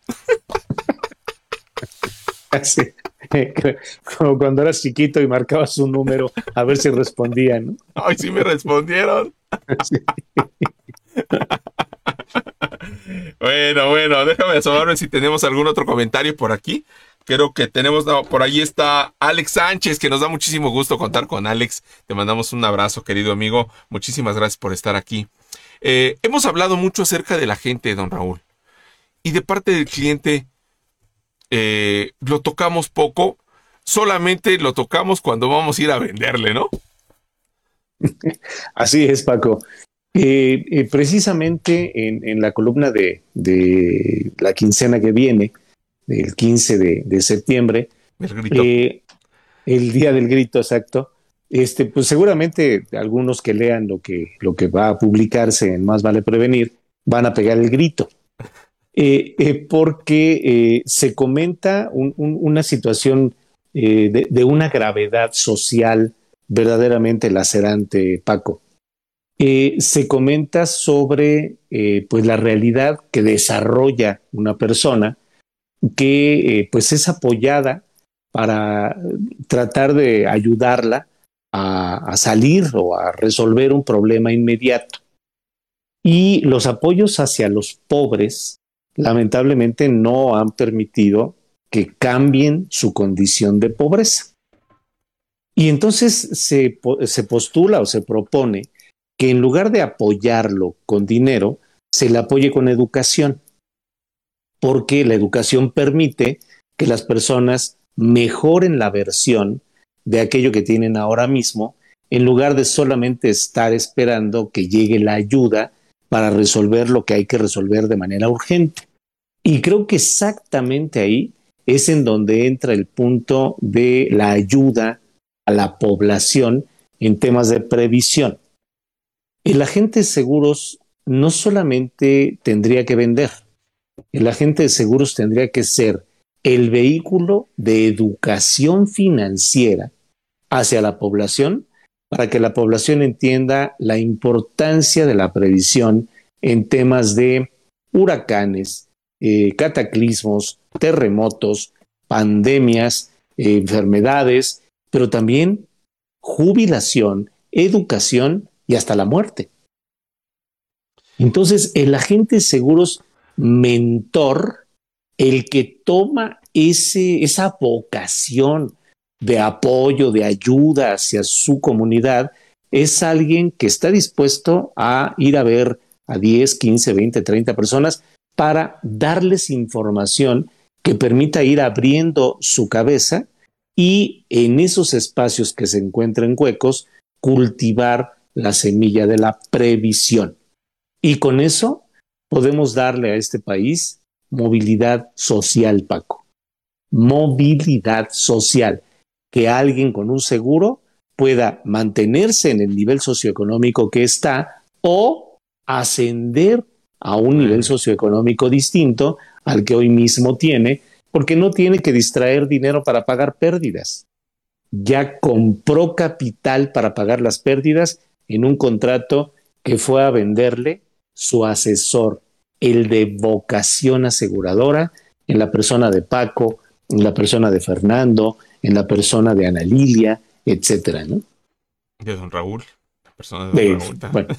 Speaker 3: Sí. Como cuando eras chiquito y marcabas un número a ver si respondían, ¿no?
Speaker 1: Ay, sí me respondieron.
Speaker 3: Sí.
Speaker 1: Bueno, déjame asomarme si tenemos algún otro comentario por aquí. Creo que tenemos, no, por ahí está Alex Sánchez, que nos da muchísimo gusto contar con Alex. Te mandamos un abrazo, querido amigo. Muchísimas gracias por estar aquí. Hemos hablado mucho acerca de la gente, don Raúl. Y de parte del cliente, lo tocamos poco. Solamente lo tocamos cuando vamos a ir a venderle, ¿no?
Speaker 3: Así es, Paco. Precisamente en la columna de la quincena que viene, el 15 de septiembre,
Speaker 1: El grito.
Speaker 3: El día del grito, exacto. Pues seguramente algunos que lean lo que va a publicarse en Más Vale Prevenir van a pegar el grito. Porque se comenta una situación de una gravedad social verdaderamente lacerante, Paco. Se comenta sobre pues la realidad que desarrolla una persona que pues es apoyada para tratar de ayudarla a salir o a resolver un problema inmediato. Y los apoyos hacia los pobres lamentablemente no han permitido que cambien su condición de pobreza. Y entonces se postula o se propone que en lugar de apoyarlo con dinero, se le apoye con educación, porque la educación permite que las personas mejoren la versión de aquello que tienen ahora mismo, en lugar de solamente estar esperando que llegue la ayuda para resolver lo que hay que resolver de manera urgente. Y creo que exactamente ahí es en donde entra el punto de la ayuda a la población en temas de previsión. El agente de seguros no solamente tendría que vender, el agente de seguros tendría que ser el vehículo de educación financiera hacia la población para que la población entienda la importancia de la previsión en temas de huracanes, cataclismos, terremotos, pandemias, enfermedades, pero también jubilación, educación y hasta la muerte. Entonces, el agente de seguros mentor, el que toma esa vocación de apoyo, de ayuda hacia su comunidad, es alguien que está dispuesto a ir a ver a 10, 15, 20, 30 personas para darles información que permita ir abriendo su cabeza y en esos espacios que se encuentran huecos, cultivar la semilla de la previsión. Y con eso podemos darle a este país movilidad social, Paco. Movilidad social. Que alguien con un seguro pueda mantenerse en el nivel socioeconómico que está o ascender a un nivel socioeconómico distinto al que hoy mismo tiene, porque no tiene que distraer dinero para pagar pérdidas. Ya compró capital para pagar las pérdidas en un contrato que fue a venderle su asesor, el de vocación aseguradora, en la persona de Paco, en la persona de Fernando, en la persona de Ana Lilia, etcétera, ¿no?
Speaker 1: De don Raúl, la persona de don Raúl.
Speaker 3: Bueno,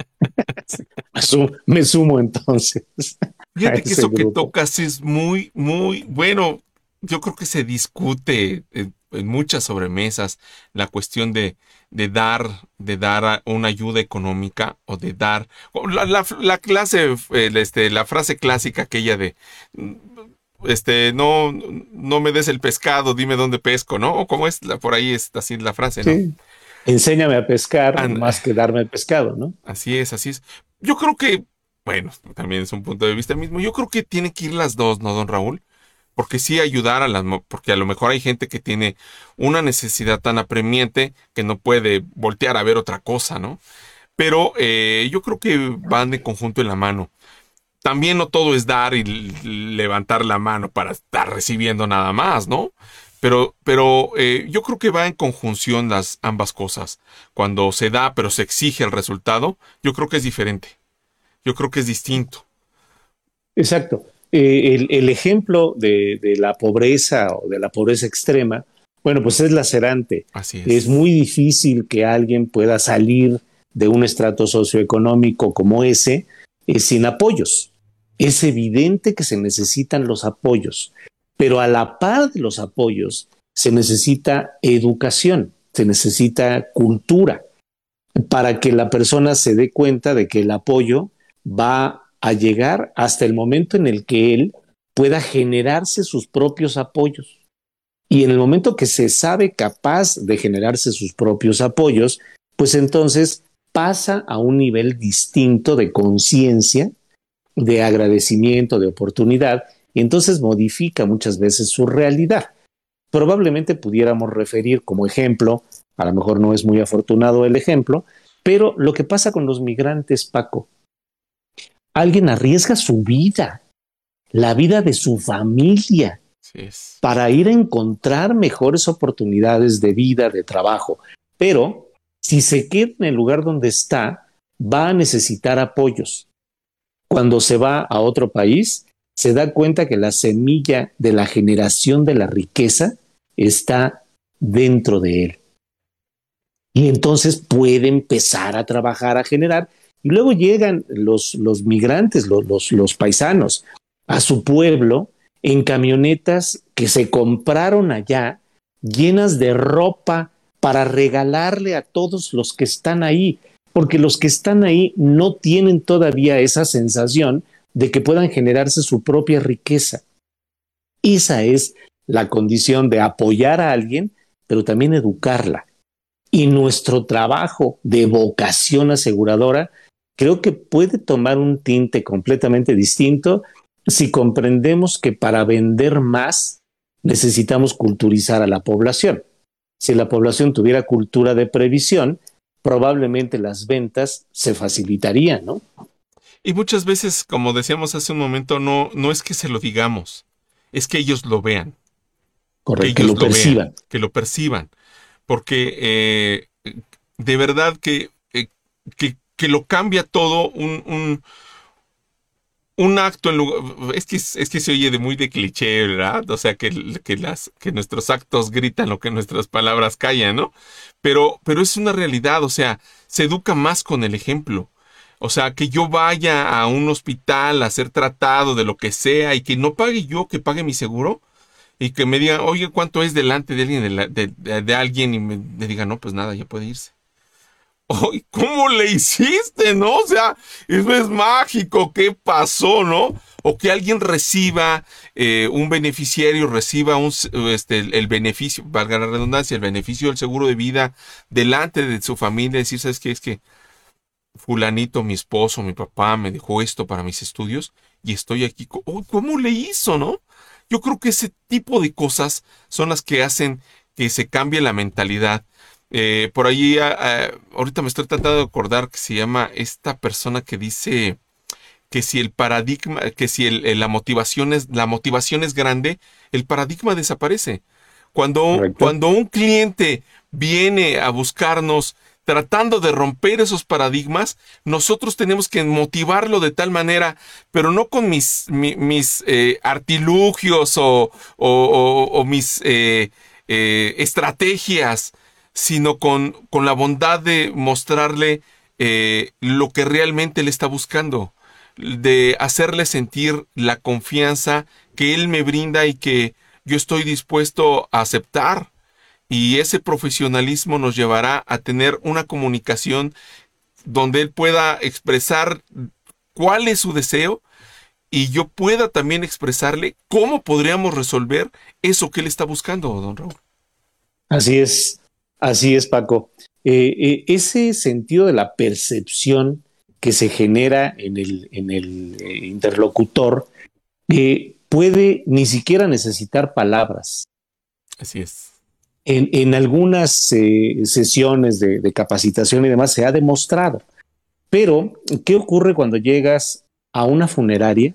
Speaker 3: me sumo entonces.
Speaker 1: Fíjate que eso grupo que tocas es muy, muy bueno. Yo creo que se discute en muchas sobremesas la cuestión de dar una ayuda económica o de dar la frase clásica aquella de no me des el pescado, dime dónde pesco, ¿no? O cómo es por ahí es así la frase, ¿no? Sí.
Speaker 3: Enséñame a pescar
Speaker 1: And-
Speaker 3: más que darme el pescado, ¿no?
Speaker 1: Así es, así es. Yo creo que, bueno, también es un punto de vista mismo. Yo creo que tiene que ir las dos, ¿no, don Raúl? Porque sí ayudar porque a lo mejor hay gente que tiene una necesidad tan apremiante que no puede voltear a ver otra cosa, ¿no? Pero yo creo que van de conjunto en la mano. También no todo es dar y levantar la mano para estar recibiendo nada más, ¿no? Pero yo creo que va en conjunción las ambas cosas. Cuando se da, pero se exige el resultado, yo creo que es diferente. Yo creo que es distinto.
Speaker 3: Exacto. El ejemplo de la pobreza o de la pobreza extrema, bueno, pues es lacerante.
Speaker 1: Así
Speaker 3: Es
Speaker 1: es.
Speaker 3: muy difícil que alguien pueda salir de un estrato socioeconómico como ese sin apoyos. Es evidente que se necesitan los apoyos, pero a la par de los apoyos se necesita educación, se necesita cultura para que la persona se dé cuenta de que el apoyo va a llegar hasta el momento en el que él pueda generarse sus propios apoyos. Y en el momento que se sabe capaz de generarse sus propios apoyos, pues entonces pasa a un nivel distinto de conciencia, de agradecimiento, de oportunidad, y entonces modifica muchas veces su realidad. Probablemente pudiéramos referir como ejemplo, a lo mejor no es muy afortunado el ejemplo, pero lo que pasa con los migrantes, Paco, alguien arriesga su vida, la vida de su familia,
Speaker 1: Así es.
Speaker 3: para ir a encontrar mejores oportunidades de vida, de trabajo. Pero si se queda en el lugar donde está, va a necesitar apoyos. Cuando se va a otro país, se da cuenta que la semilla de la generación de la riqueza está dentro de él. Y entonces puede empezar a trabajar, a generar. Y luego llegan los migrantes, los paisanos, a su pueblo en camionetas que se compraron allá, llenas de ropa para regalarle a todos los que están ahí, porque los que están ahí no tienen todavía esa sensación de que puedan generarse su propia riqueza. Esa es la condición de apoyar a alguien, pero también educarla. Y nuestro trabajo de vocación aseguradora creo que puede tomar un tinte completamente distinto si comprendemos que para vender más necesitamos culturizar a la población. Si la población tuviera cultura de previsión, probablemente las ventas se facilitarían, ¿no?
Speaker 1: Y muchas veces, como decíamos hace un momento, no es que se lo digamos, es que ellos lo vean, que
Speaker 3: Correcto, que
Speaker 1: ellos
Speaker 3: lo
Speaker 1: lo vean,
Speaker 3: perciban.
Speaker 1: que lo perciban. Porque de verdad que lo cambia todo un acto en lugar. Es que se oye de muy de cliché, ¿verdad? O sea, que nuestros actos gritan lo que nuestras palabras callan, ¿no? Pero es una realidad, o sea, se educa más con el ejemplo. O sea, que yo vaya a un hospital a ser tratado de lo que sea y que no pague yo, que pague mi seguro y que me digan, oye, ¿cuánto es delante de alguien, de alguien? Y me diga, no, pues nada, ya puede irse. Oye, ¿cómo le hiciste, no? O sea, eso es mágico, ¿qué pasó, no? O que alguien reciba, un beneficiario reciba el beneficio, valga la redundancia, el beneficio del seguro de vida delante de su familia, decir, ¿sabes qué? Es que fulanito, mi esposo, mi papá me dejó esto para mis estudios y estoy aquí. ¿Cómo le hizo, no? Yo creo que ese tipo de cosas son las que hacen que se cambie la mentalidad. Por allí, ahorita me estoy tratando de acordar que se llama esta persona que dice que si el paradigma, que si la motivación es grande, el paradigma desaparece.
Speaker 3: Correcto.
Speaker 1: Cuando un cliente viene a buscarnos tratando de romper esos paradigmas, nosotros tenemos que motivarlo de tal manera, pero no con mis artilugios o mis estrategias, sino con la bondad de mostrarle lo que realmente le está buscando, de hacerle sentir la confianza que él me brinda y que yo estoy dispuesto a aceptar. Y ese profesionalismo nos llevará a tener una comunicación donde él pueda expresar cuál es su deseo y yo pueda también expresarle cómo podríamos resolver eso que él está buscando, don Raúl.
Speaker 3: Así es, Paco. ese sentido de la percepción que se genera en el interlocutor puede ni siquiera necesitar palabras.
Speaker 1: Así es.
Speaker 3: En algunas sesiones de capacitación y demás se ha demostrado. Pero, ¿qué ocurre cuando llegas a una funeraria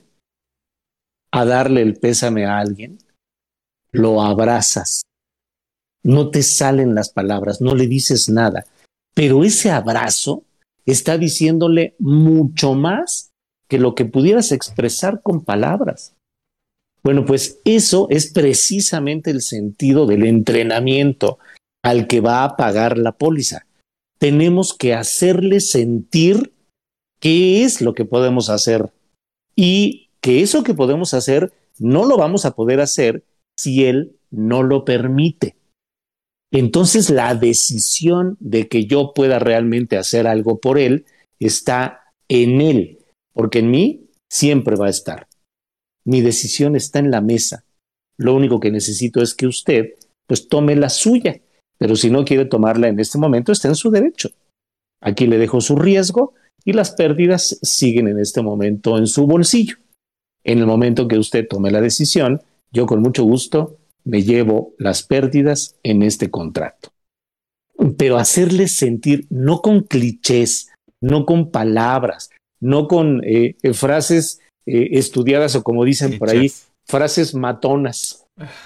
Speaker 3: a darle el pésame a alguien? Lo abrazas, no te salen las palabras, no le dices nada, pero ese abrazo está diciéndole mucho más que lo que pudieras expresar con palabras. Bueno, pues eso es precisamente el sentido del entrenamiento al que va a pagar la póliza. Tenemos que hacerle sentir qué es lo que podemos hacer y que eso que podemos hacer no lo vamos a poder hacer si él no lo permite. Entonces la decisión de que yo pueda realmente hacer algo por él está en él, porque en mí siempre va a estar. Mi decisión está en la mesa. Lo único que necesito es que usted pues tome la suya, pero si no quiere tomarla en este momento está en su derecho. Aquí le dejo su riesgo y las pérdidas siguen en este momento en su bolsillo. En el momento que usted tome la decisión, yo con mucho gusto me llevo las pérdidas en este contrato. Pero hacerles sentir, no con clichés, no con palabras, no con frases estudiadas o como dicen por ahí, frases matonas.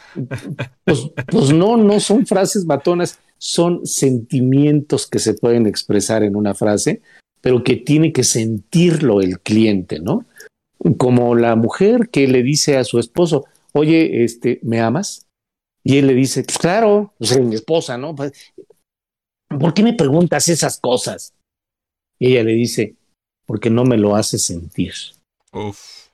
Speaker 3: Pues no son frases matonas, son sentimientos que se pueden expresar en una frase, pero que tiene que sentirlo el cliente, ¿no? Como la mujer que le dice a su esposo, oye, ¿me amas? Y él le dice, pues claro, pues mi esposa, ¿no? ¿Por qué me preguntas esas cosas? Y ella le dice, porque no me lo hace sentir.
Speaker 1: Uf.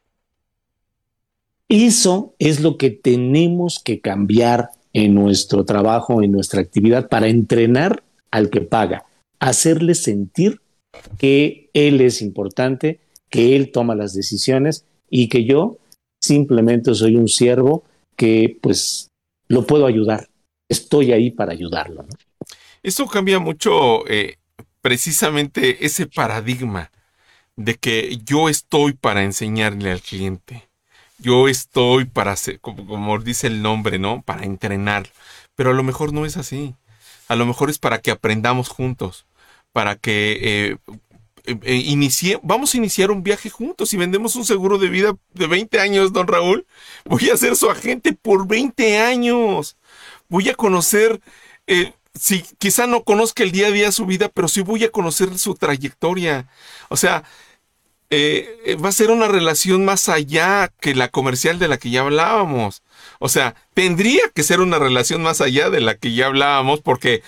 Speaker 3: Eso es lo que tenemos que cambiar en nuestro trabajo, en nuestra actividad, para entrenar al que paga, hacerle sentir que él es importante, que él toma las decisiones y que yo simplemente soy un siervo que pues lo puedo ayudar. Estoy ahí para ayudarlo, ¿no?
Speaker 1: Eso cambia mucho precisamente ese paradigma de que yo estoy para enseñarle al cliente. Yo estoy para hacer, como dice el nombre, ¿no? Para entrenar. Pero a lo mejor no es así. A lo mejor es para que aprendamos juntos. Para que vamos a iniciar un viaje juntos. Si vendemos un seguro de vida de 20 años, don Raúl, voy a ser su agente por 20 años. Voy a conocer, si quizá no conozca el día a día de su vida, pero sí voy a conocer su trayectoria. O sea, va a ser una relación más allá que la comercial de la que ya hablábamos. O sea, tendría que ser una relación más allá de la que ya hablábamos porque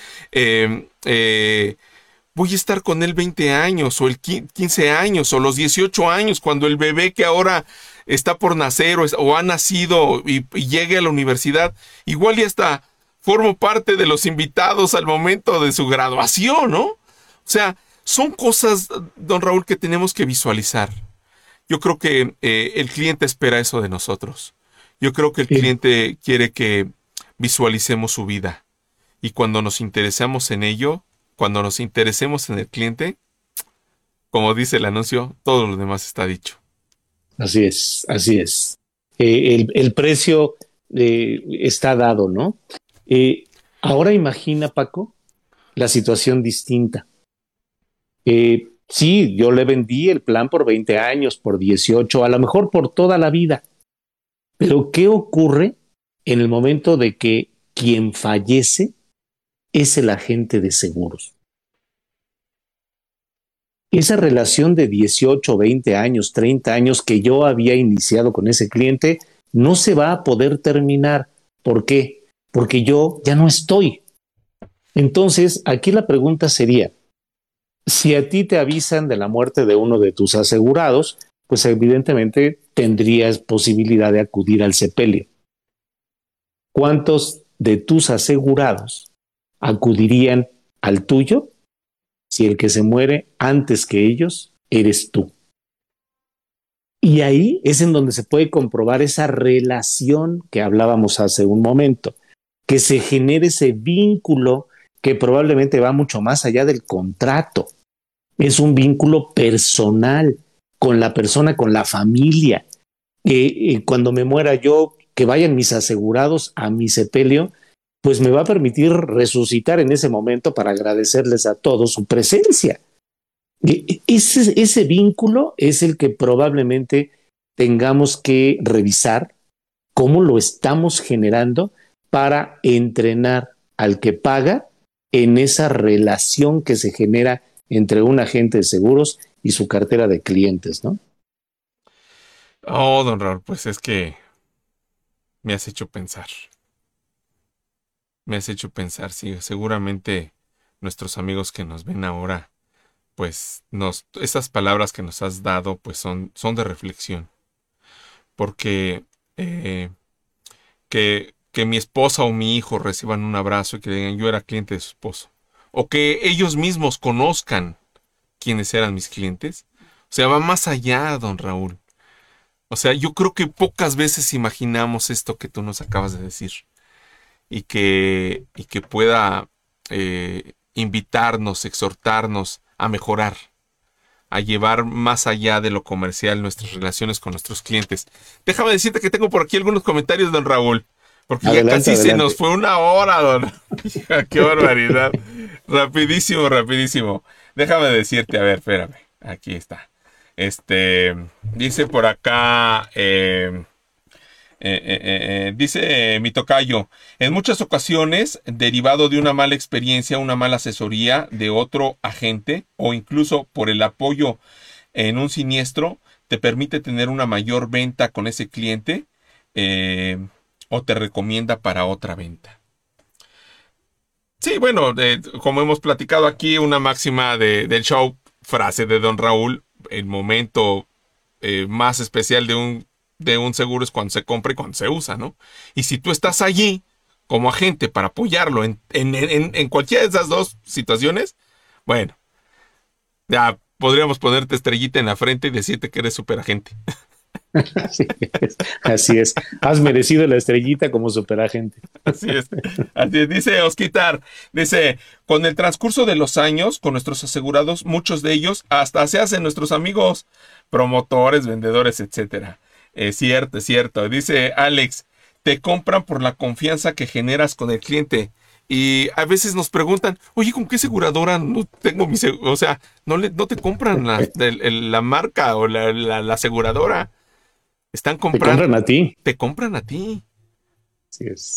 Speaker 1: voy a estar con él 20 años o el 15 años o los 18 años cuando el bebé que ahora está por nacer o ha nacido y llegue a la universidad, igual ya está, formo parte de los invitados al momento de su graduación, ¿no? O sea, son cosas, don Raúl, que tenemos que visualizar. Yo creo que el cliente espera eso de nosotros. Yo creo que el cliente quiere que visualicemos su vida. Y cuando nos interesamos en ello, cuando nos interesemos en el cliente, como dice el anuncio, todo lo demás está dicho.
Speaker 3: Así es, así es. El precio está dado, ¿no? Ahora imagina, Paco, la situación distinta. Sí, yo le vendí el plan por 20 años, por 18, a lo mejor por toda la vida. Pero ¿qué ocurre en el momento de que quien fallece es el agente de seguros? Esa relación de 18, 20 años, 30 años que yo había iniciado con ese cliente no se va a poder terminar. ¿Por qué? Porque yo ya no estoy. Entonces, aquí la pregunta sería, si a ti te avisan de la muerte de uno de tus asegurados, pues evidentemente tendrías posibilidad de acudir al sepelio. ¿Cuántos de tus asegurados acudirían al tuyo si el que se muere antes que ellos eres tú? Y ahí es en donde se puede comprobar esa relación que hablábamos hace un momento, que se genere ese vínculo que probablemente va mucho más allá del contrato. Es un vínculo personal con la persona, con la familia. Cuando me muera yo, que vayan mis asegurados a mi sepelio, pues me va a permitir resucitar en ese momento para agradecerles a todos su presencia. Ese vínculo es el que probablemente tengamos que revisar cómo lo estamos generando para entrenar al que paga en esa relación que se genera entre un agente de seguros y su cartera de clientes, ¿no?
Speaker 1: Oh, don Raúl, pues es que me has hecho pensar. Me has hecho pensar, sí, seguramente nuestros amigos que nos ven ahora, pues esas palabras que nos has dado, pues son de reflexión. Porque que mi esposa o mi hijo reciban un abrazo y que digan yo era cliente de su esposo. O que ellos mismos conozcan quiénes eran mis clientes. O sea, va más allá, don Raúl. O sea, yo creo que pocas veces imaginamos esto que tú nos acabas de decir. Y que pueda invitarnos, exhortarnos a mejorar, a llevar más allá de lo comercial nuestras relaciones con nuestros clientes. Déjame decirte que tengo por aquí algunos comentarios, don Raúl, porque adelante, ya casi adelante. Se nos fue una hora, don. ¡Qué barbaridad! Rapidísimo, rapidísimo. Déjame decirte, a ver, espérame, aquí está. Dice por acá... dice mi tocayo, en muchas ocasiones, derivado de una mala experiencia, una mala asesoría de otro agente o incluso por el apoyo en un siniestro, te permite tener una mayor venta con ese cliente o te recomienda para otra venta. Sí, bueno, como hemos platicado aquí, una máxima del show, frase de don Raúl, el momento más especial de un seguro es cuando se compra y cuando se usa, ¿no? Y si tú estás allí como agente para apoyarlo en cualquiera de esas dos situaciones, bueno, ya podríamos ponerte estrellita en la frente y decirte que eres superagente.
Speaker 3: Así es, así es. Has merecido la estrellita como superagente.
Speaker 1: Así es. Así es. Dice Osquitar, dice, con el transcurso de los años, con nuestros asegurados, muchos de ellos hasta se hacen nuestros amigos, promotores, vendedores, etcétera. Es cierto, es cierto. Dice Alex, te compran por la confianza que generas con el cliente. Y a veces nos preguntan, oye, ¿con qué aseguradora no tengo mi seguro? O sea, no te compran la marca o la aseguradora. Están comprando.
Speaker 3: Te compran a ti.
Speaker 1: Te compran a ti.
Speaker 3: Así es.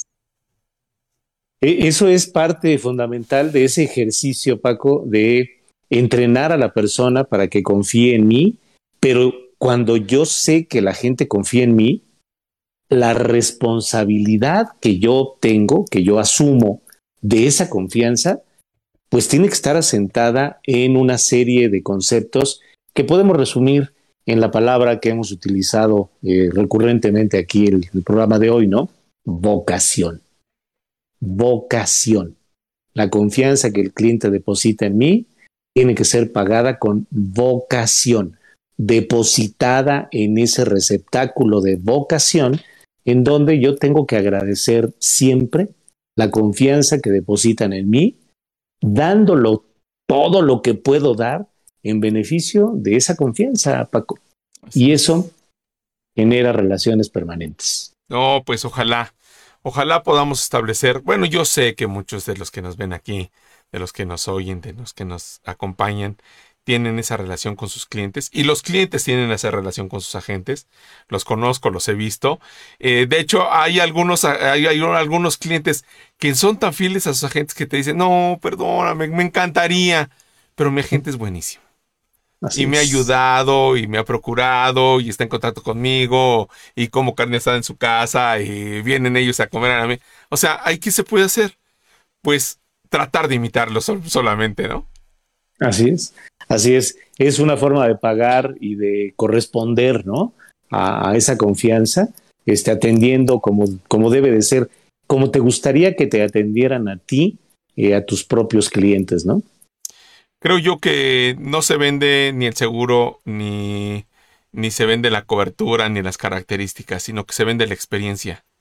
Speaker 3: Eso es parte fundamental de ese ejercicio, Paco, de entrenar a la persona para que confíe en mí, pero cuando yo sé que la gente confía en mí, la responsabilidad que yo tengo, que yo asumo de esa confianza, pues tiene que estar asentada en una serie de conceptos que podemos resumir en la palabra que hemos utilizado recurrentemente aquí en el programa de hoy, ¿no? Vocación. Vocación. La confianza que el cliente deposita en mí tiene que ser pagada con vocación, depositada en ese receptáculo de vocación en donde yo tengo que agradecer siempre la confianza que depositan en mí, dándolo todo lo que puedo dar en beneficio de esa confianza, Paco. Y eso genera relaciones permanentes.
Speaker 1: No, pues ojalá podamos establecer, bueno, yo sé que muchos de los que nos ven aquí, de los que nos oyen, de los que nos acompañan, tienen esa relación con sus clientes y los clientes tienen esa relación con sus agentes. Los conozco, los he visto. De hecho, hay algunos clientes que son tan fieles a sus agentes que te dicen, no, perdóname, me encantaría, pero mi agente es buenísimo. Así y me ha ayudado y me ha procurado y está en contacto conmigo y como carne asada en su casa y vienen ellos a comer a mí. O sea, ¿qué se puede hacer? Pues tratar de imitarlo solamente, ¿no?
Speaker 3: Así es, así es. Es una forma de pagar y de corresponder, ¿no? A esa confianza, atendiendo como debe de ser, como te gustaría que te atendieran a ti, a tus propios clientes, ¿no?
Speaker 1: Creo yo que no se vende ni el seguro, ni se vende la cobertura, ni las características, sino que se vende la experiencia.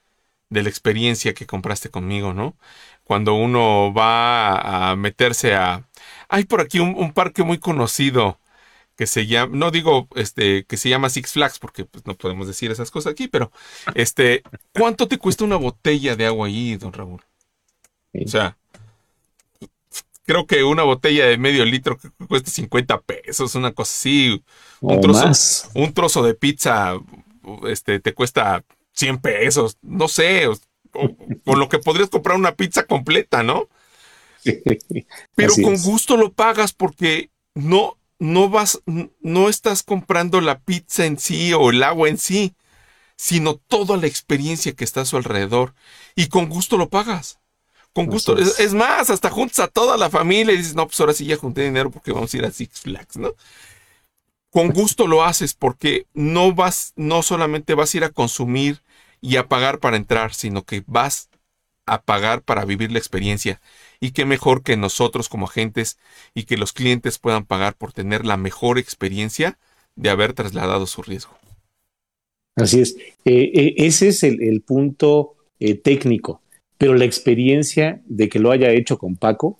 Speaker 1: de la experiencia que compraste conmigo, ¿no? Cuando uno va a meterse a... Hay por aquí un parque muy conocido que se llama, no digo que se llama Six Flags, porque pues, no podemos decir esas cosas aquí, pero ¿cuánto te cuesta una botella de agua ahí, don Raúl? O sea, creo que una botella de medio litro cuesta 50 pesos, una cosa así. Un trozo de pizza te cuesta 100 pesos, no sé, con lo que podrías comprar una pizza completa, ¿no? Pero
Speaker 3: Así
Speaker 1: con
Speaker 3: es.
Speaker 1: gusto lo pagas porque no estás comprando la pizza en sí o el agua en sí, sino toda la experiencia que está a su alrededor. Y con gusto lo pagas. Con gusto. Es más, hasta juntas a toda la familia y dices, no, pues ahora sí ya junté dinero porque vamos a ir a Six Flags, ¿no? Con gusto lo haces porque no solamente vas a ir a consumir y a pagar para entrar, sino que vas a pagar para vivir la experiencia. Y qué mejor que nosotros como agentes y que los clientes puedan pagar por tener la mejor experiencia de haber trasladado su riesgo.
Speaker 3: Así es. Ese es el punto técnico, pero la experiencia de que lo haya hecho con Paco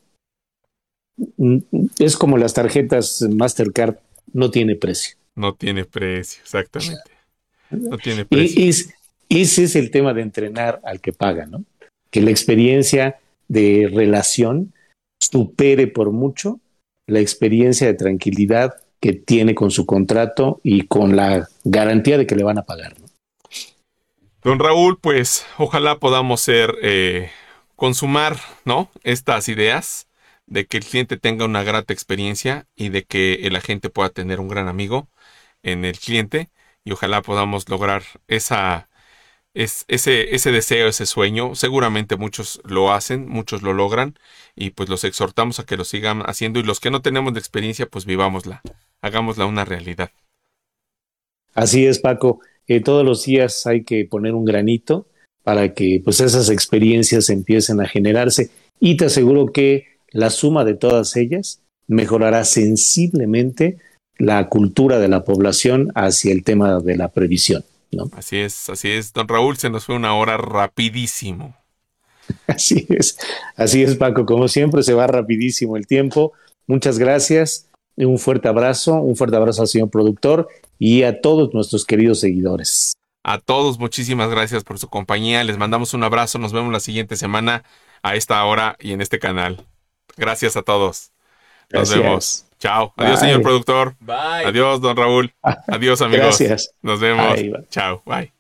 Speaker 3: es como las tarjetas Mastercard, no tiene precio.
Speaker 1: No tiene precio, exactamente. No tiene precio.
Speaker 3: Ese es el tema de entrenar al que paga, ¿no? Que la experiencia de relación supere por mucho la experiencia de tranquilidad que tiene con su contrato y con la garantía de que le van a pagar, ¿no?
Speaker 1: Don Raúl, pues ojalá podamos consumar, ¿no? Estas ideas de que el cliente tenga una grata experiencia y de que el agente pueda tener un gran amigo en el cliente, y ojalá podamos lograr ese deseo, ese sueño. Seguramente muchos lo hacen, muchos lo logran, y pues los exhortamos a que lo sigan haciendo, y los que no tenemos de experiencia, pues vivámosla, hagámosla una realidad.
Speaker 3: Así es, Paco. Todos los días hay que poner un granito para que pues esas experiencias empiecen a generarse, y te aseguro que la suma de todas ellas mejorará sensiblemente la cultura de la población hacia el tema de la previsión, ¿no?
Speaker 1: Así es, don Raúl, se nos fue una hora rapidísimo.
Speaker 3: Así es, Paco, como siempre se va rapidísimo el tiempo. Muchas gracias, un fuerte abrazo al señor productor y a todos nuestros queridos seguidores.
Speaker 1: A todos, muchísimas gracias por su compañía, les mandamos un abrazo, nos vemos la siguiente semana a esta hora y en este canal. Gracias a todos. Nos vemos. Chao. Adiós, señor productor.
Speaker 2: Bye.
Speaker 1: Adiós, don Raúl. Adiós, amigos.
Speaker 3: Gracias.
Speaker 1: Nos vemos.
Speaker 3: Bye.
Speaker 1: Chao. Bye.